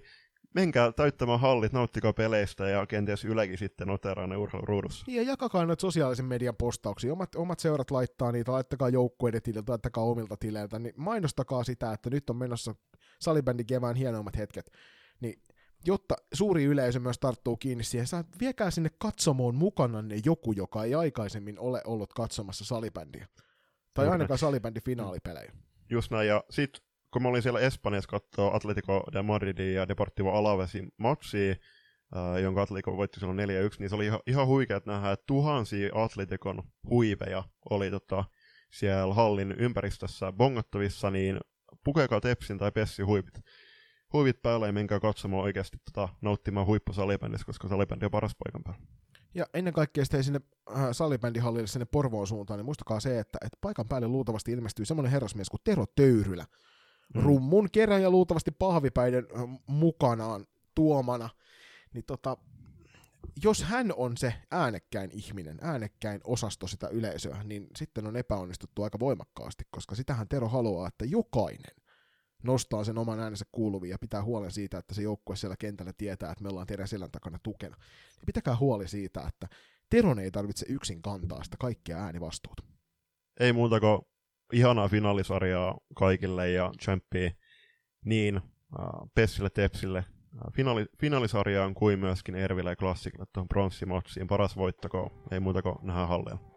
menkää täyttämään hallit, nauttikaa peleistä ja kenties Ylekin sitten noteraa ne urheiluruudussa. Ja jakakaa noita sosiaalisen median postauksia. Omat, omat seurat laittaa niitä, laittakaa joukkueiden tililtä, laittakaa omilta tileiltä, niin mainostakaa sitä, että nyt on menossa salibändin kevään hienoimmat hetket. Niin jotta suuri yleisö myös tarttuu kiinni siihen, saa viekää sinne katsomoon mukananne joku, joka ei aikaisemmin ole ollut katsomassa salibändiä. Tai Juuri ainakaan salibändin finaalipelejä. Just näin, ja sit kun mä olin siellä Espanjassa katsoa Atletico de Madridin ja Deportivo Alavesin matsia, äh, jonka Atletico voitti silloin neljä yksi, niin se oli ihan, ihan huikeat nähdä, että tuhansia Atleticon huiveja oli tota, siellä hallin ympäristössä bongattavissa, niin pukekaa Tepsin tai Pessin huivit. Huivit päällä ja menkää katsomaan oikeasti tota, nauttimaan huippusalibändissä, koska salibändi on paras paikan päällä. Ja ennen kaikkea sitten sinne äh, salibändihallille sinne Porvoon suuntaan, niin muistakaa se, että, että paikan päälle luultavasti ilmestyy semmoinen herrasmies kuin Tero Töyrylä. Mm. Rummun kerran ja luultavasti pahvipäiden äh, mukanaan tuomana. Niin tota, jos hän on se äänekkäin ihminen, äänekkäin osasto sitä yleisöä, niin sitten on epäonnistuttu aika voimakkaasti, koska sitähän Tero haluaa, että jokainen nostaa sen oman äänensä kuuluviin ja pitää huolen siitä, että se joukkue siellä kentällä tietää, että me ollaan teidän selän takana tukena. Ja pitäkää huoli siitä, että Teron ei tarvitse yksin kantaa sitä kaikkea äänivastuuta. Ei muuta kuin ihanaa finaalisarjaa kaikille ja tsemppii niin äh, Pessille, Tepsille äh, finaali, finaalisarjaan kuin myöskin Erville ja Klassikille tuohon pronssimatsiin. Paras voittako, ei muuta kuin nähdään hallilla.